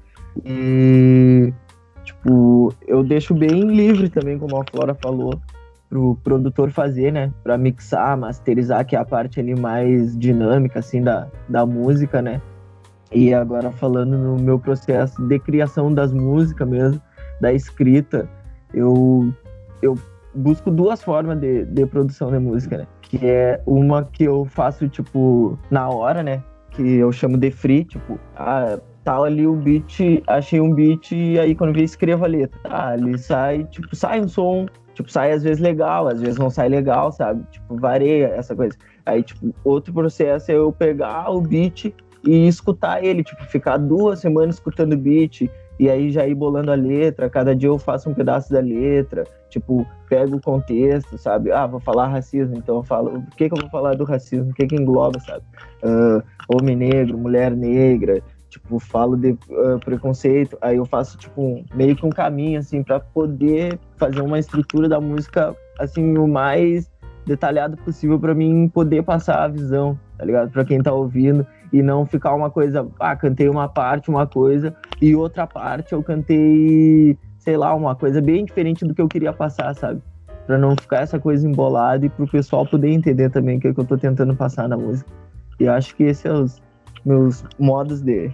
E, tipo, eu deixo bem livre também, como a Flora falou, pro produtor fazer, né, pra mixar, masterizar, que é a parte ali mais dinâmica, assim, da, da música, né? E agora falando no meu processo de criação das músicas mesmo, da escrita, eu... eu busco duas formas de, de produção de música, né? Que é uma que eu faço, tipo, na hora, né? Que eu chamo de free, tipo, ah, tá ali o beat, achei um beat e aí quando eu escrevo a letra. Ah, ali sai, tipo, sai um som, tipo, sai às vezes legal, às vezes não sai legal, sabe? Tipo, varia essa coisa. Aí, tipo, outro processo é eu pegar o beat e escutar ele, tipo, ficar duas semanas escutando o beat e aí já ir bolando a letra, cada dia eu faço um pedaço da letra, tipo, pego o contexto, sabe? Ah, vou falar racismo, então eu falo, o que que eu vou falar do racismo? O que que engloba, sabe? Uh, homem negro, mulher negra, tipo, falo de uh, preconceito, aí eu faço, tipo, um, meio que um caminho, assim, pra poder fazer uma estrutura da música, assim, o mais detalhado possível pra mim poder passar a visão, tá ligado? Pra quem tá ouvindo e não ficar uma coisa, ah, cantei uma parte, uma coisa, e outra parte eu cantei, sei lá, uma coisa bem diferente do que eu queria passar, sabe? Pra não ficar essa coisa embolada e pro pessoal poder entender também o que, é que eu tô tentando passar na música. E acho que esses são os meus modos de,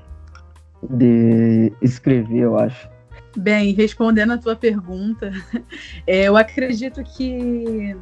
de escrever, eu acho. Bem, respondendo a tua pergunta, é, eu acredito que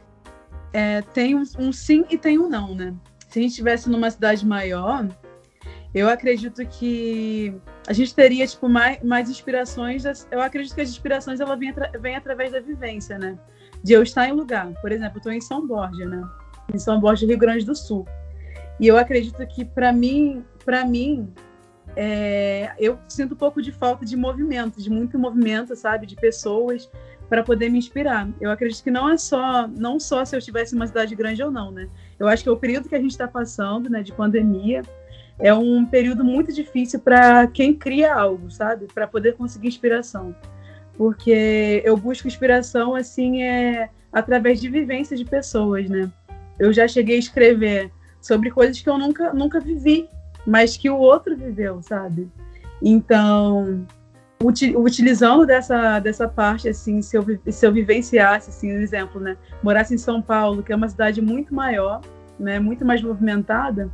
é, tem um, um sim e tem um não, né? Se a gente estivesse numa cidade maior, eu acredito que a gente teria, tipo, mais, mais inspirações. Das, eu acredito que as inspirações ela vêm vem através da vivência, né? De eu estar em lugar. Por exemplo, eu estou em São Borja, né? Em São Borja, Rio Grande do Sul. E eu acredito que, para mim, para mim é, eu sinto um pouco de falta de movimento, de muito movimento, sabe, de pessoas para poder me inspirar. Eu acredito que não é só, não só se eu estivesse em uma cidade grande ou não, né? Eu acho que é o período que a gente está passando, né, de pandemia, é um período muito difícil para quem cria algo, sabe? Para poder conseguir inspiração. Porque eu busco inspiração, assim, é, através de vivências de pessoas, né? Eu já cheguei a escrever sobre coisas que eu nunca, nunca vivi, mas que o outro viveu, sabe? Então, uti- utilizando dessa, dessa parte, assim, se eu, se eu vivenciasse, assim, um exemplo, né? Morasse em São Paulo, que é uma cidade muito maior, né? Muito mais movimentada,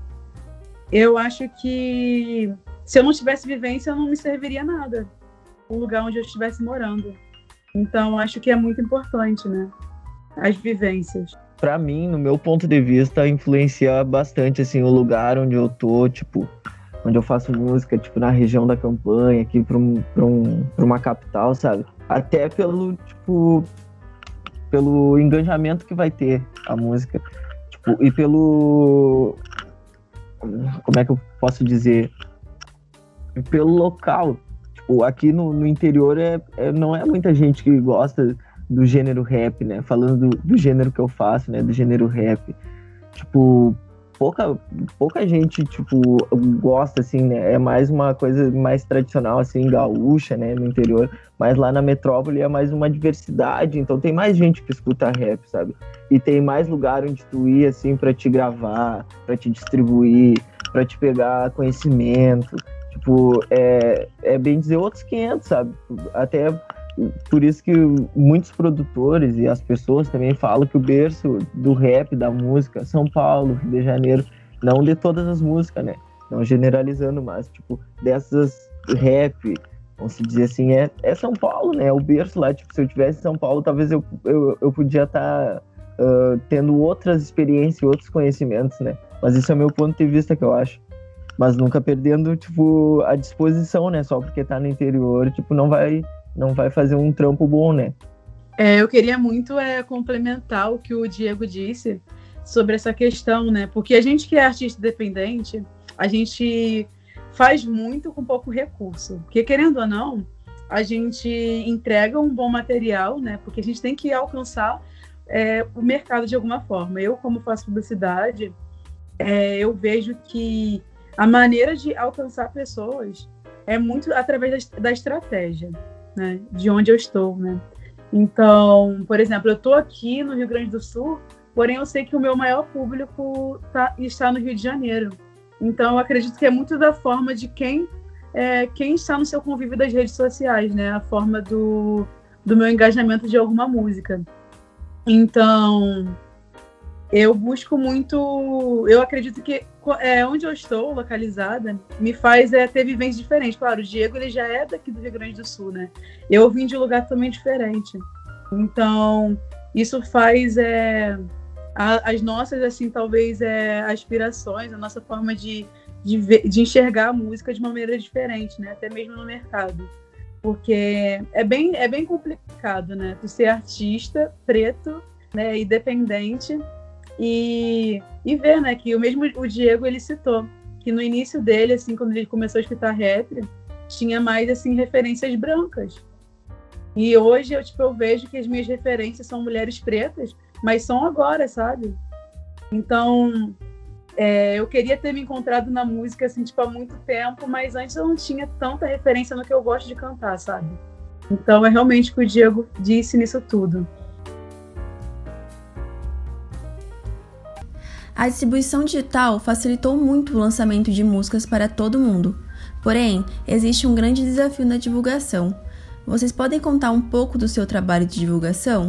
eu acho que se eu não tivesse vivência, não me serviria nada o lugar onde eu estivesse morando. Então, acho que é muito importante, né? As vivências. Pra mim, no meu ponto de vista, influencia bastante, assim, o lugar onde eu tô, tipo, onde eu faço música, tipo, na região da Campanha, aqui pra, um, pra, um, pra uma capital, sabe? Até pelo, tipo, pelo engajamento que vai ter a música, tipo, e pelo... Como é que eu posso dizer? E pelo local. Tipo, aqui no, no interior é, é, não é muita gente que gosta do gênero rap, né? Falando do, do gênero que eu faço, né? Do gênero rap. Tipo, pouca, pouca gente, tipo, gosta, assim, né? É mais uma coisa mais tradicional, assim, gaúcha, né? No interior. Mas lá na metrópole é mais uma diversidade. Então tem mais gente que escuta rap, sabe? E tem mais lugar onde tu ir, assim, pra te gravar, pra te distribuir, pra te pegar conhecimento. Tipo, é, é bem dizer outros quinhentos, sabe? Até por isso que muitos produtores e as pessoas também falam que o berço do rap, da música, São Paulo, Rio de Janeiro, não de todas as músicas, né? Não generalizando, mas, tipo, dessas rap, vamos se dizer assim, é, é São Paulo, né? É o berço lá. Tipo, se eu tivesse em São Paulo, talvez eu, eu, eu podia estar uh, tendo outras experiências, outros conhecimentos, né? Mas esse é o meu ponto de vista, que eu acho. Mas nunca perdendo, tipo, a disposição, né? Só porque tá no interior, tipo, não vai, não vai fazer um trampo bom, né? É, eu queria muito é, complementar o que o Diego disse sobre essa questão, né? Porque a gente que é artista independente, a gente faz muito com pouco recurso. Porque, querendo ou não, a gente entrega um bom material, né? Porque a gente tem que alcançar é, o mercado de alguma forma. Eu, como faço publicidade, é, eu vejo que a maneira de alcançar pessoas é muito através da, da estratégia, né? De onde eu estou, né? Então, por exemplo, eu estou aqui no Rio Grande do Sul, porém eu sei que o meu maior público tá, está no Rio de Janeiro. Então, eu acredito que é muito da forma de quem, é, quem está no seu convívio das redes sociais, né? A forma do, do meu engajamento de alguma música. Então, eu busco muito... Eu acredito que é, onde eu estou localizada me faz é, ter vivências diferentes. Claro, o Diego ele já é daqui do Rio Grande do Sul, né? Eu vim de um lugar também diferente. Então, isso faz é, a, as nossas, assim, talvez, é, aspirações, a nossa forma de, de, ver, de enxergar a música de uma maneira diferente, né? Até mesmo no mercado. Porque é bem, é bem complicado, né? Tu ser artista, preto, né, independente, e, e ver, né, que o mesmo o Diego, ele citou, que no início dele, assim, quando ele começou a escutar rap, tinha mais, assim, referências brancas. E hoje, eu, tipo, eu vejo que as minhas referências são mulheres pretas, mas são agora, sabe? Então, é, eu queria ter me encontrado na música, assim, tipo, há muito tempo, mas antes eu não tinha tanta referência no que eu gosto de cantar, sabe? Então, é realmente o que o Diego disse nisso tudo. A distribuição digital facilitou muito o lançamento de músicas para todo mundo. Porém, existe um grande desafio na divulgação. Vocês podem contar um pouco do seu trabalho de divulgação?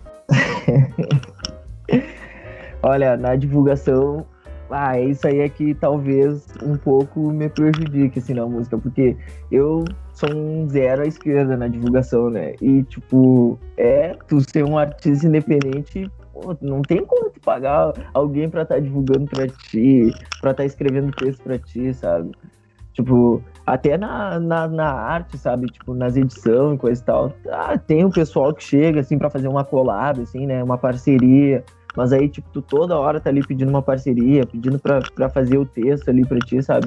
Olha, na divulgação, ah, isso aí é que talvez um pouco me prejudique, assim, na música, porque eu sou um zero à esquerda na divulgação, né? E, tipo, é, tu ser um artista independente... Pô, não tem como tu pagar alguém pra estar tá divulgando pra ti, pra estar tá escrevendo texto pra ti, sabe? Tipo, até na, na, na arte, sabe? Tipo, nas edições e coisa e tal. Ah, tem um pessoal que chega, assim, pra fazer uma collab, assim, né? Uma parceria. Mas aí, tipo, tu toda hora tá ali pedindo uma parceria, pedindo pra, pra fazer o texto ali pra ti, sabe?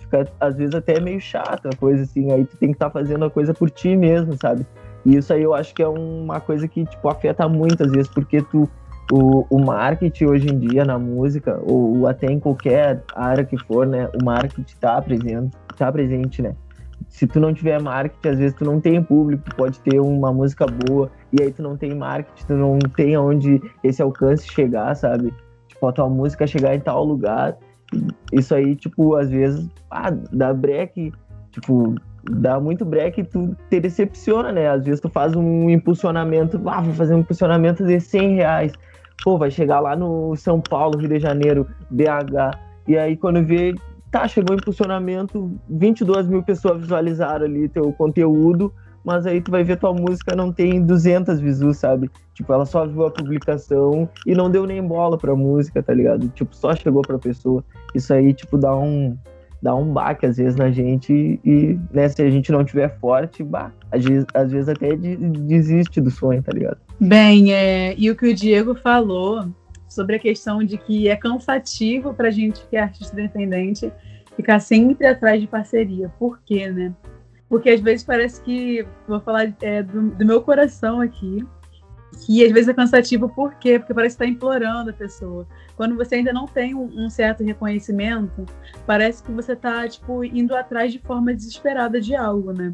fica, às vezes, até meio chato a coisa, assim, aí tu tem que estar tá fazendo a coisa por ti mesmo, sabe? E isso aí eu acho que é uma coisa que, tipo, afeta muito, às vezes, porque tu, o, o marketing hoje em dia na música, ou, ou até em qualquer área que for, né, o marketing tá presente, tá presente, né? Se tu não tiver marketing, às vezes tu não tem público, tu pode ter uma música boa, e aí tu não tem marketing, tu não tem aonde esse alcance chegar, sabe? Tipo, a tua música chegar em tal lugar, isso aí, tipo, às vezes, ah, dá break, tipo, dá muito break e tu te decepciona, né? Às vezes tu faz um impulsionamento, ah, vou fazer um impulsionamento de cem reais, pô, vai chegar lá no São Paulo, Rio de Janeiro, B H, e aí quando vê, tá, chegou o impulsionamento, vinte e duas mil pessoas visualizaram ali teu conteúdo, mas aí tu vai ver tua música não tem duzentas views, sabe? Tipo, ela só viu a publicação e não deu nem bola pra música, tá ligado? Tipo, só chegou pra pessoa. Isso aí, tipo, dá um, dá um baque às vezes na gente e, né, se a gente não tiver forte, bah, às vezes, às vezes até de, desiste do sonho, tá ligado? Bem, é, e o que o Diego falou sobre a questão de que é cansativo pra gente que é artista independente ficar sempre atrás de parceria. Por quê, né? Porque às vezes parece que, vou falar é, do, do meu coração aqui, que às vezes é cansativo, por quê? Porque parece que está implorando a pessoa. Quando você ainda não tem um, um certo reconhecimento, parece que você está, tipo, indo atrás de forma desesperada de algo, né?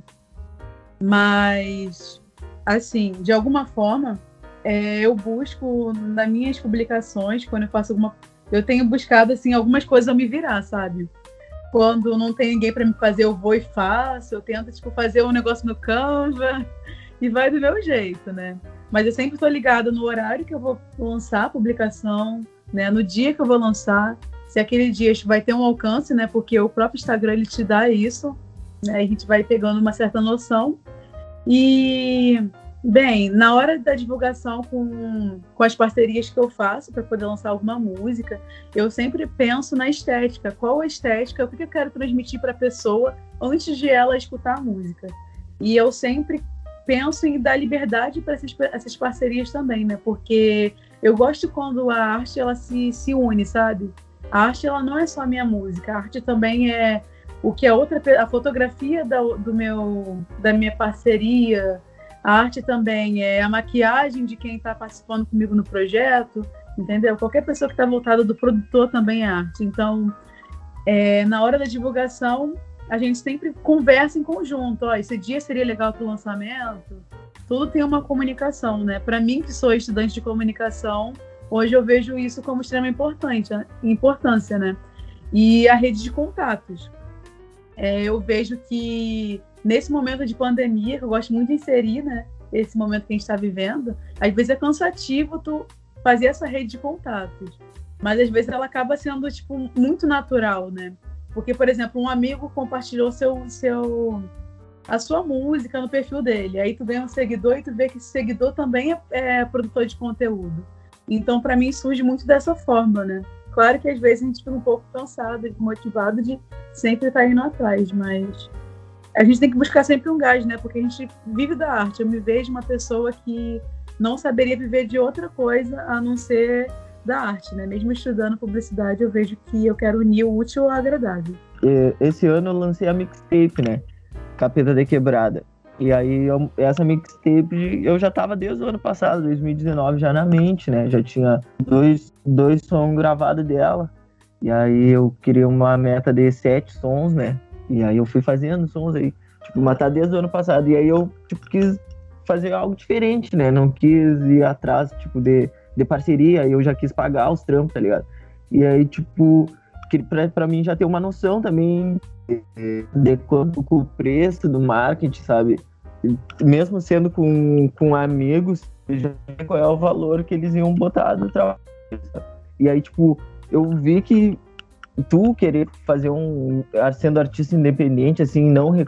Mas, assim, de alguma forma, é, eu busco nas minhas publicações, quando eu faço alguma... Eu tenho buscado, assim, algumas coisas a me virar, sabe? Quando não tem ninguém para me fazer, eu vou e faço. Eu tento, tipo, fazer um negócio no Canva e vai do meu jeito, né? Mas eu sempre estou ligada no horário que eu vou lançar a publicação, né? No dia que eu vou lançar, se aquele dia vai ter um alcance, né? Porque o próprio Instagram, ele te dá isso, né? A gente vai pegando uma certa noção. E, bem, na hora da divulgação com, com as parcerias que eu faço para poder lançar alguma música, eu sempre penso na estética. Qual a estética? O que eu quero transmitir para a pessoa antes de ela escutar a música? E eu sempre penso em dar liberdade para essas, essas parcerias também, né? Porque eu gosto quando a arte, ela se, se une, sabe? A arte, ela não é só a minha música. A arte também é o que a outra... A fotografia da, do meu, da minha parceria. A arte também é a maquiagem de quem está participando comigo no projeto, entendeu? Qualquer pessoa que está voltada do produtor também é arte. Então, é, na hora da divulgação, a gente sempre conversa em conjunto. Ó, esse dia seria legal para o lançamento. Tudo tem uma comunicação, né? Para mim, que sou estudante de comunicação, hoje eu vejo isso como extrema importância, importância, né? E a rede de contatos. É, eu vejo que nesse momento de pandemia, que eu gosto muito de inserir, né? Esse momento que a gente está vivendo, às vezes é cansativo tu fazer essa rede de contatos. Mas às vezes ela acaba sendo, tipo, muito natural, né? Porque, por exemplo, um amigo compartilhou seu, seu, a sua música no perfil dele. Aí tu ganha um seguidor e tu vê que esse seguidor também é, é produtor de conteúdo. Então, para mim, surge muito dessa forma, né? Claro que às vezes a gente fica um pouco cansado, motivado de sempre estar indo atrás, mas a gente tem que buscar sempre um gás, né? Porque a gente vive da arte. Eu me vejo uma pessoa que não saberia viver de outra coisa a não ser da arte, né? Mesmo estudando publicidade, eu vejo que eu quero unir o útil ao agradável. Esse ano eu lancei a mixtape, né? Capeta de Quebrada. E aí, eu, essa mixtape eu já tava desde o ano passado, dois mil e dezenove, já na mente, né? Já tinha dois, dois sons gravados dela. E aí eu queria uma meta de sete sons, né? E aí eu fui fazendo sons aí, tipo, matar desde o ano passado. E aí eu, tipo, quis fazer algo diferente, né? Não quis ir atrás, tipo, de... de parceria, e eu já quis pagar os trampos, tá ligado? E aí, tipo, que pra, pra mim já ter uma noção também de, de quanto o preço do marketing, sabe? Mesmo sendo com, com amigos, já sei qual é o valor que eles iam botar no trabalho, sabe? E aí, tipo, eu vi que tu querer fazer um... sendo artista independente, assim, não... Né?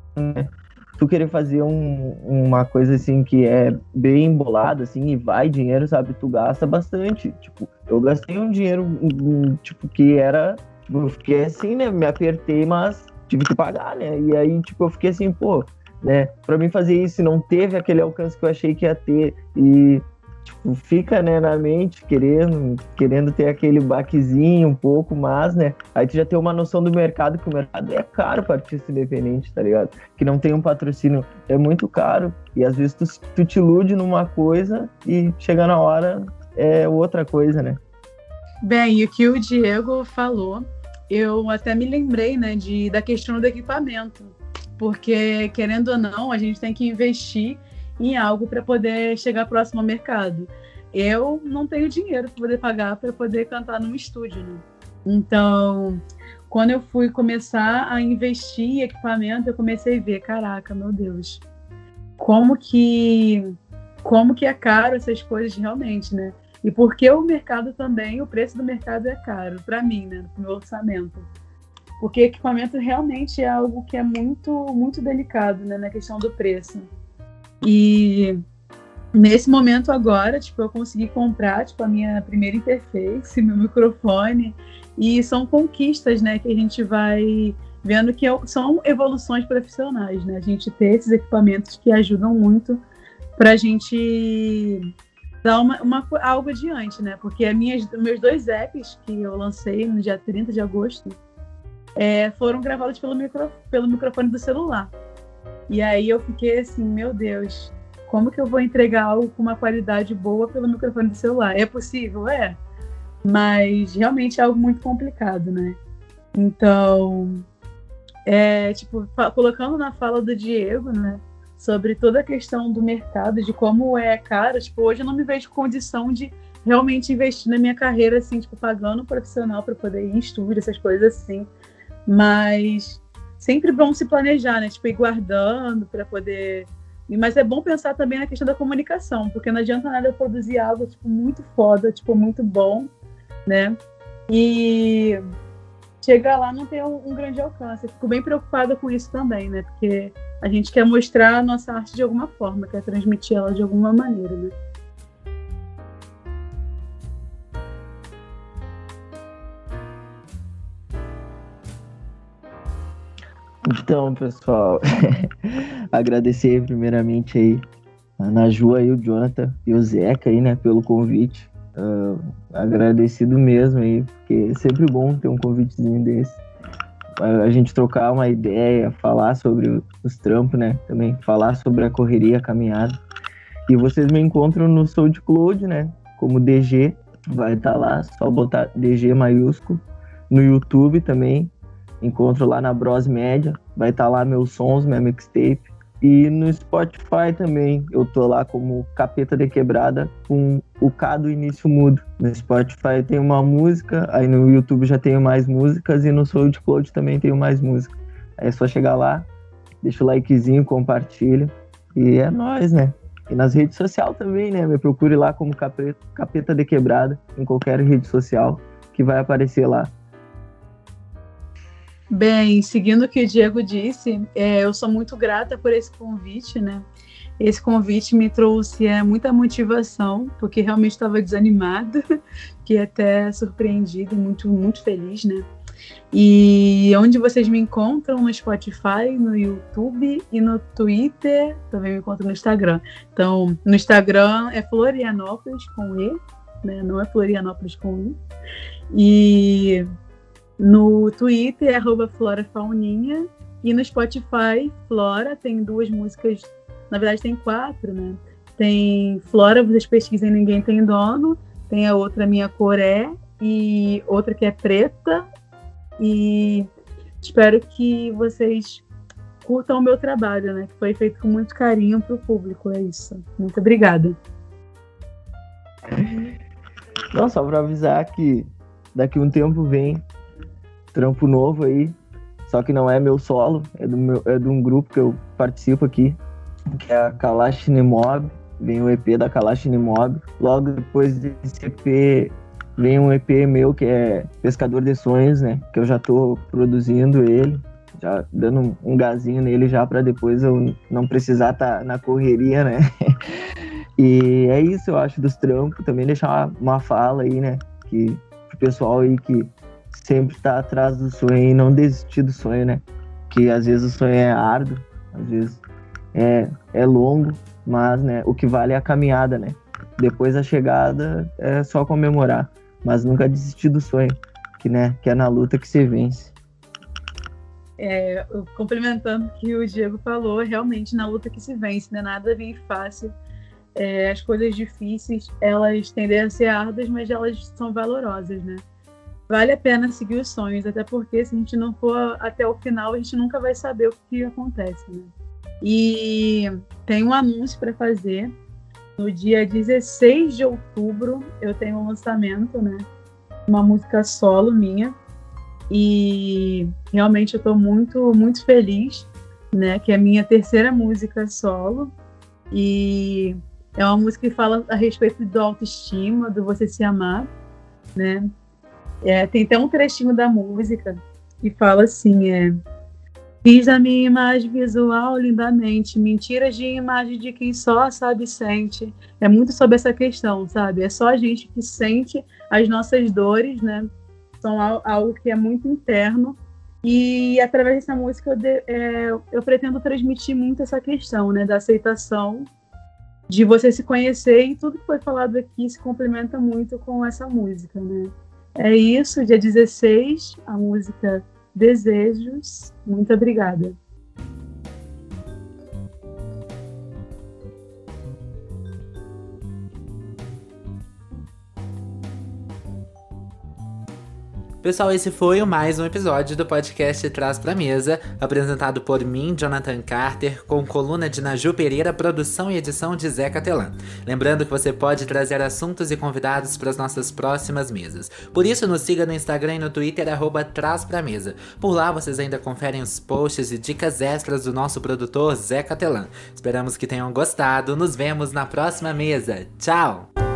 Tu querer fazer um, uma coisa assim que é bem embolada, assim, e vai dinheiro, sabe? Tu gasta bastante. Tipo, eu gastei um dinheiro, um, tipo, que era... Tipo, eu fiquei assim, né? Me apertei, mas tive que pagar, né? E aí, tipo, eu fiquei assim, pô, né? Pra mim fazer isso, não teve aquele alcance que eu achei que ia ter. E, tipo, fica, né, na mente, querendo, querendo ter aquele baquezinho um pouco, mas, né, aí tu já tem uma noção do mercado, que o mercado é caro para artista independente, tá ligado? Que não tem um patrocínio, é muito caro, e às vezes tu, tu te ilude numa coisa e chega na hora, é outra coisa, né? Bem, e o que o Diego falou, eu até me lembrei, né, de, da questão do equipamento, porque, querendo ou não, a gente tem que investir em algo para poder chegar próximo ao mercado. Eu não tenho dinheiro para poder pagar para poder cantar num estúdio, né? Então, quando eu fui começar a investir em equipamento, eu comecei a ver, caraca, meu Deus, como que, como que é caro essas coisas realmente, né? E porque o mercado também, o preço do mercado é caro, para mim, né, no meu orçamento. Porque equipamento realmente é algo que é muito, muito delicado, né, na questão do preço. E nesse momento agora, tipo, eu consegui comprar, tipo, a minha primeira interface, meu microfone, e são conquistas, né, que a gente vai vendo que são evoluções profissionais, né, a gente ter esses equipamentos que ajudam muito pra gente dar uma, uma, algo adiante, né, porque as minhas, meus dois apps que eu lancei no dia trinta de agosto é, foram gravados pelo, micro, pelo microfone do celular. E aí eu fiquei assim, meu Deus, como que eu vou entregar algo com uma qualidade boa pelo microfone do celular? É possível? É. Mas realmente é algo muito complicado, né? Então, é, tipo, colocando na fala do Diego, né, sobre toda a questão do mercado, de como é caro, tipo, hoje eu não me vejo condição de realmente investir na minha carreira, assim, tipo, pagando um profissional para poder ir em estúdio, essas coisas assim. Mas sempre bom se planejar, né? Tipo, ir guardando para poder... Mas é bom pensar também na questão da comunicação, porque não adianta nada eu produzir algo, tipo, muito foda, tipo, muito bom, né? E chegar lá não ter um, um grande alcance. Eu fico bem preocupada com isso também, né? Porque a gente quer mostrar a nossa arte de alguma forma, quer transmitir ela de alguma maneira, né? Então, pessoal, agradecer primeiramente aí a Naju, aí, o Jonathan e o Zeca aí, né, pelo convite. Uh, agradecido mesmo aí, porque é sempre bom ter um convitezinho desse. Uh, a gente trocar uma ideia, falar sobre os trampos, né, também falar sobre a correria, a caminhada. E vocês me encontram no SoundCloud, né, como D G, vai estar tá lá, só botar D G maiúsculo. No YouTube também. Encontro lá na Bros Média, vai estar tá lá meus sons, minha mixtape. E no Spotify também, eu tô lá como Capeta de Quebrada, com o K do início mudo. No Spotify tem uma música, aí no YouTube já tenho mais músicas e no SoundCloud também tenho mais música. Aí é só chegar lá, deixa o likezinho, compartilha e é nóis, né? E nas redes sociais também, né? Me procure lá como Capeta, Capeta de Quebrada, em qualquer rede social que vai aparecer lá. Bem, seguindo o que o Diego disse, é, eu sou muito grata por esse convite, né? Esse convite me trouxe é, muita motivação, porque realmente estava desanimada, fiquei até surpreendida e muito, muito feliz, né? E onde vocês me encontram no Spotify, no YouTube e no Twitter, também me encontram no Instagram. Então, no Instagram é Florianópolis com E, né? Não é Florianópolis com I. E no Twitter é arroba Flora Fauninha. E no Spotify, Flora, tem duas músicas, na verdade tem quatro, né? Tem Flora, vocês pesquisem Ninguém Tem Dono. Tem a outra, Minha Cor É. E outra que é Preta. E espero que vocês curtam o meu trabalho, né? Que foi feito com muito carinho pro público, é isso. Muito obrigada. Não, só pra avisar que daqui a um tempo vem trampo novo aí, só que não é meu solo, é, do meu, é de um grupo que eu participo aqui, que é a Kalashimob, vem o E P da Kalashimob. Logo depois desse E P vem um E P meu que é Pescador de Sonhos, né, que eu já tô produzindo ele, já dando um gazinho nele já pra depois eu não precisar estar tá na correria, né. E é isso, eu acho, dos trampos. Também deixar uma, uma fala aí, né, que pro pessoal aí que sempre tá atrás do sonho e não desistir do sonho, né? Que às vezes o sonho é árduo, às vezes é, é longo, mas, né, o que vale é a caminhada, né? Depois da chegada é só comemorar, mas nunca desistir do sonho, que, né, que é na luta que se vence. É, complementando o que o Diego falou, realmente na luta que se vence, né? Nada vem fácil. É, as coisas difíceis, elas tendem a ser árduas, mas elas são valorosas, né? Vale a pena seguir os sonhos, até porque se a gente não for até o final, a gente nunca vai saber o que acontece, né? E tem um anúncio para fazer. No dia dezesseis de outubro, eu tenho um lançamento, né? Uma música solo minha. E realmente eu estou muito, muito feliz, né? Que é a minha terceira música solo. E é uma música que fala a respeito do autoestima, do você se amar, né? É, tem até um trechinho da música que fala assim, é... Fiz a minha imagem visual lindamente, mentiras de imagem de quem só sabe e sente. É muito sobre essa questão, sabe? É só a gente que sente as nossas dores, né? São algo que é muito interno, e através dessa música eu, de, é, eu pretendo transmitir muito essa questão, né, da aceitação, de você se conhecer, e tudo que foi falado aqui se complementa muito com essa música, né. É isso, dia dezesseis, a música Desejos. Muito obrigada. Pessoal, esse foi mais um episódio do podcast Traz Pra Mesa, apresentado por mim, Jonathan Carter, com coluna de Naju Pereira, produção e edição de Zé Catelan. Lembrando que você pode trazer assuntos e convidados para as nossas próximas mesas. Por isso, nos siga no Instagram e no Twitter, arroba Traz Pra Mesa. Por lá, vocês ainda conferem os posts e dicas extras do nosso produtor Zé Catelan. Esperamos que tenham gostado. Nos vemos na próxima mesa. Tchau!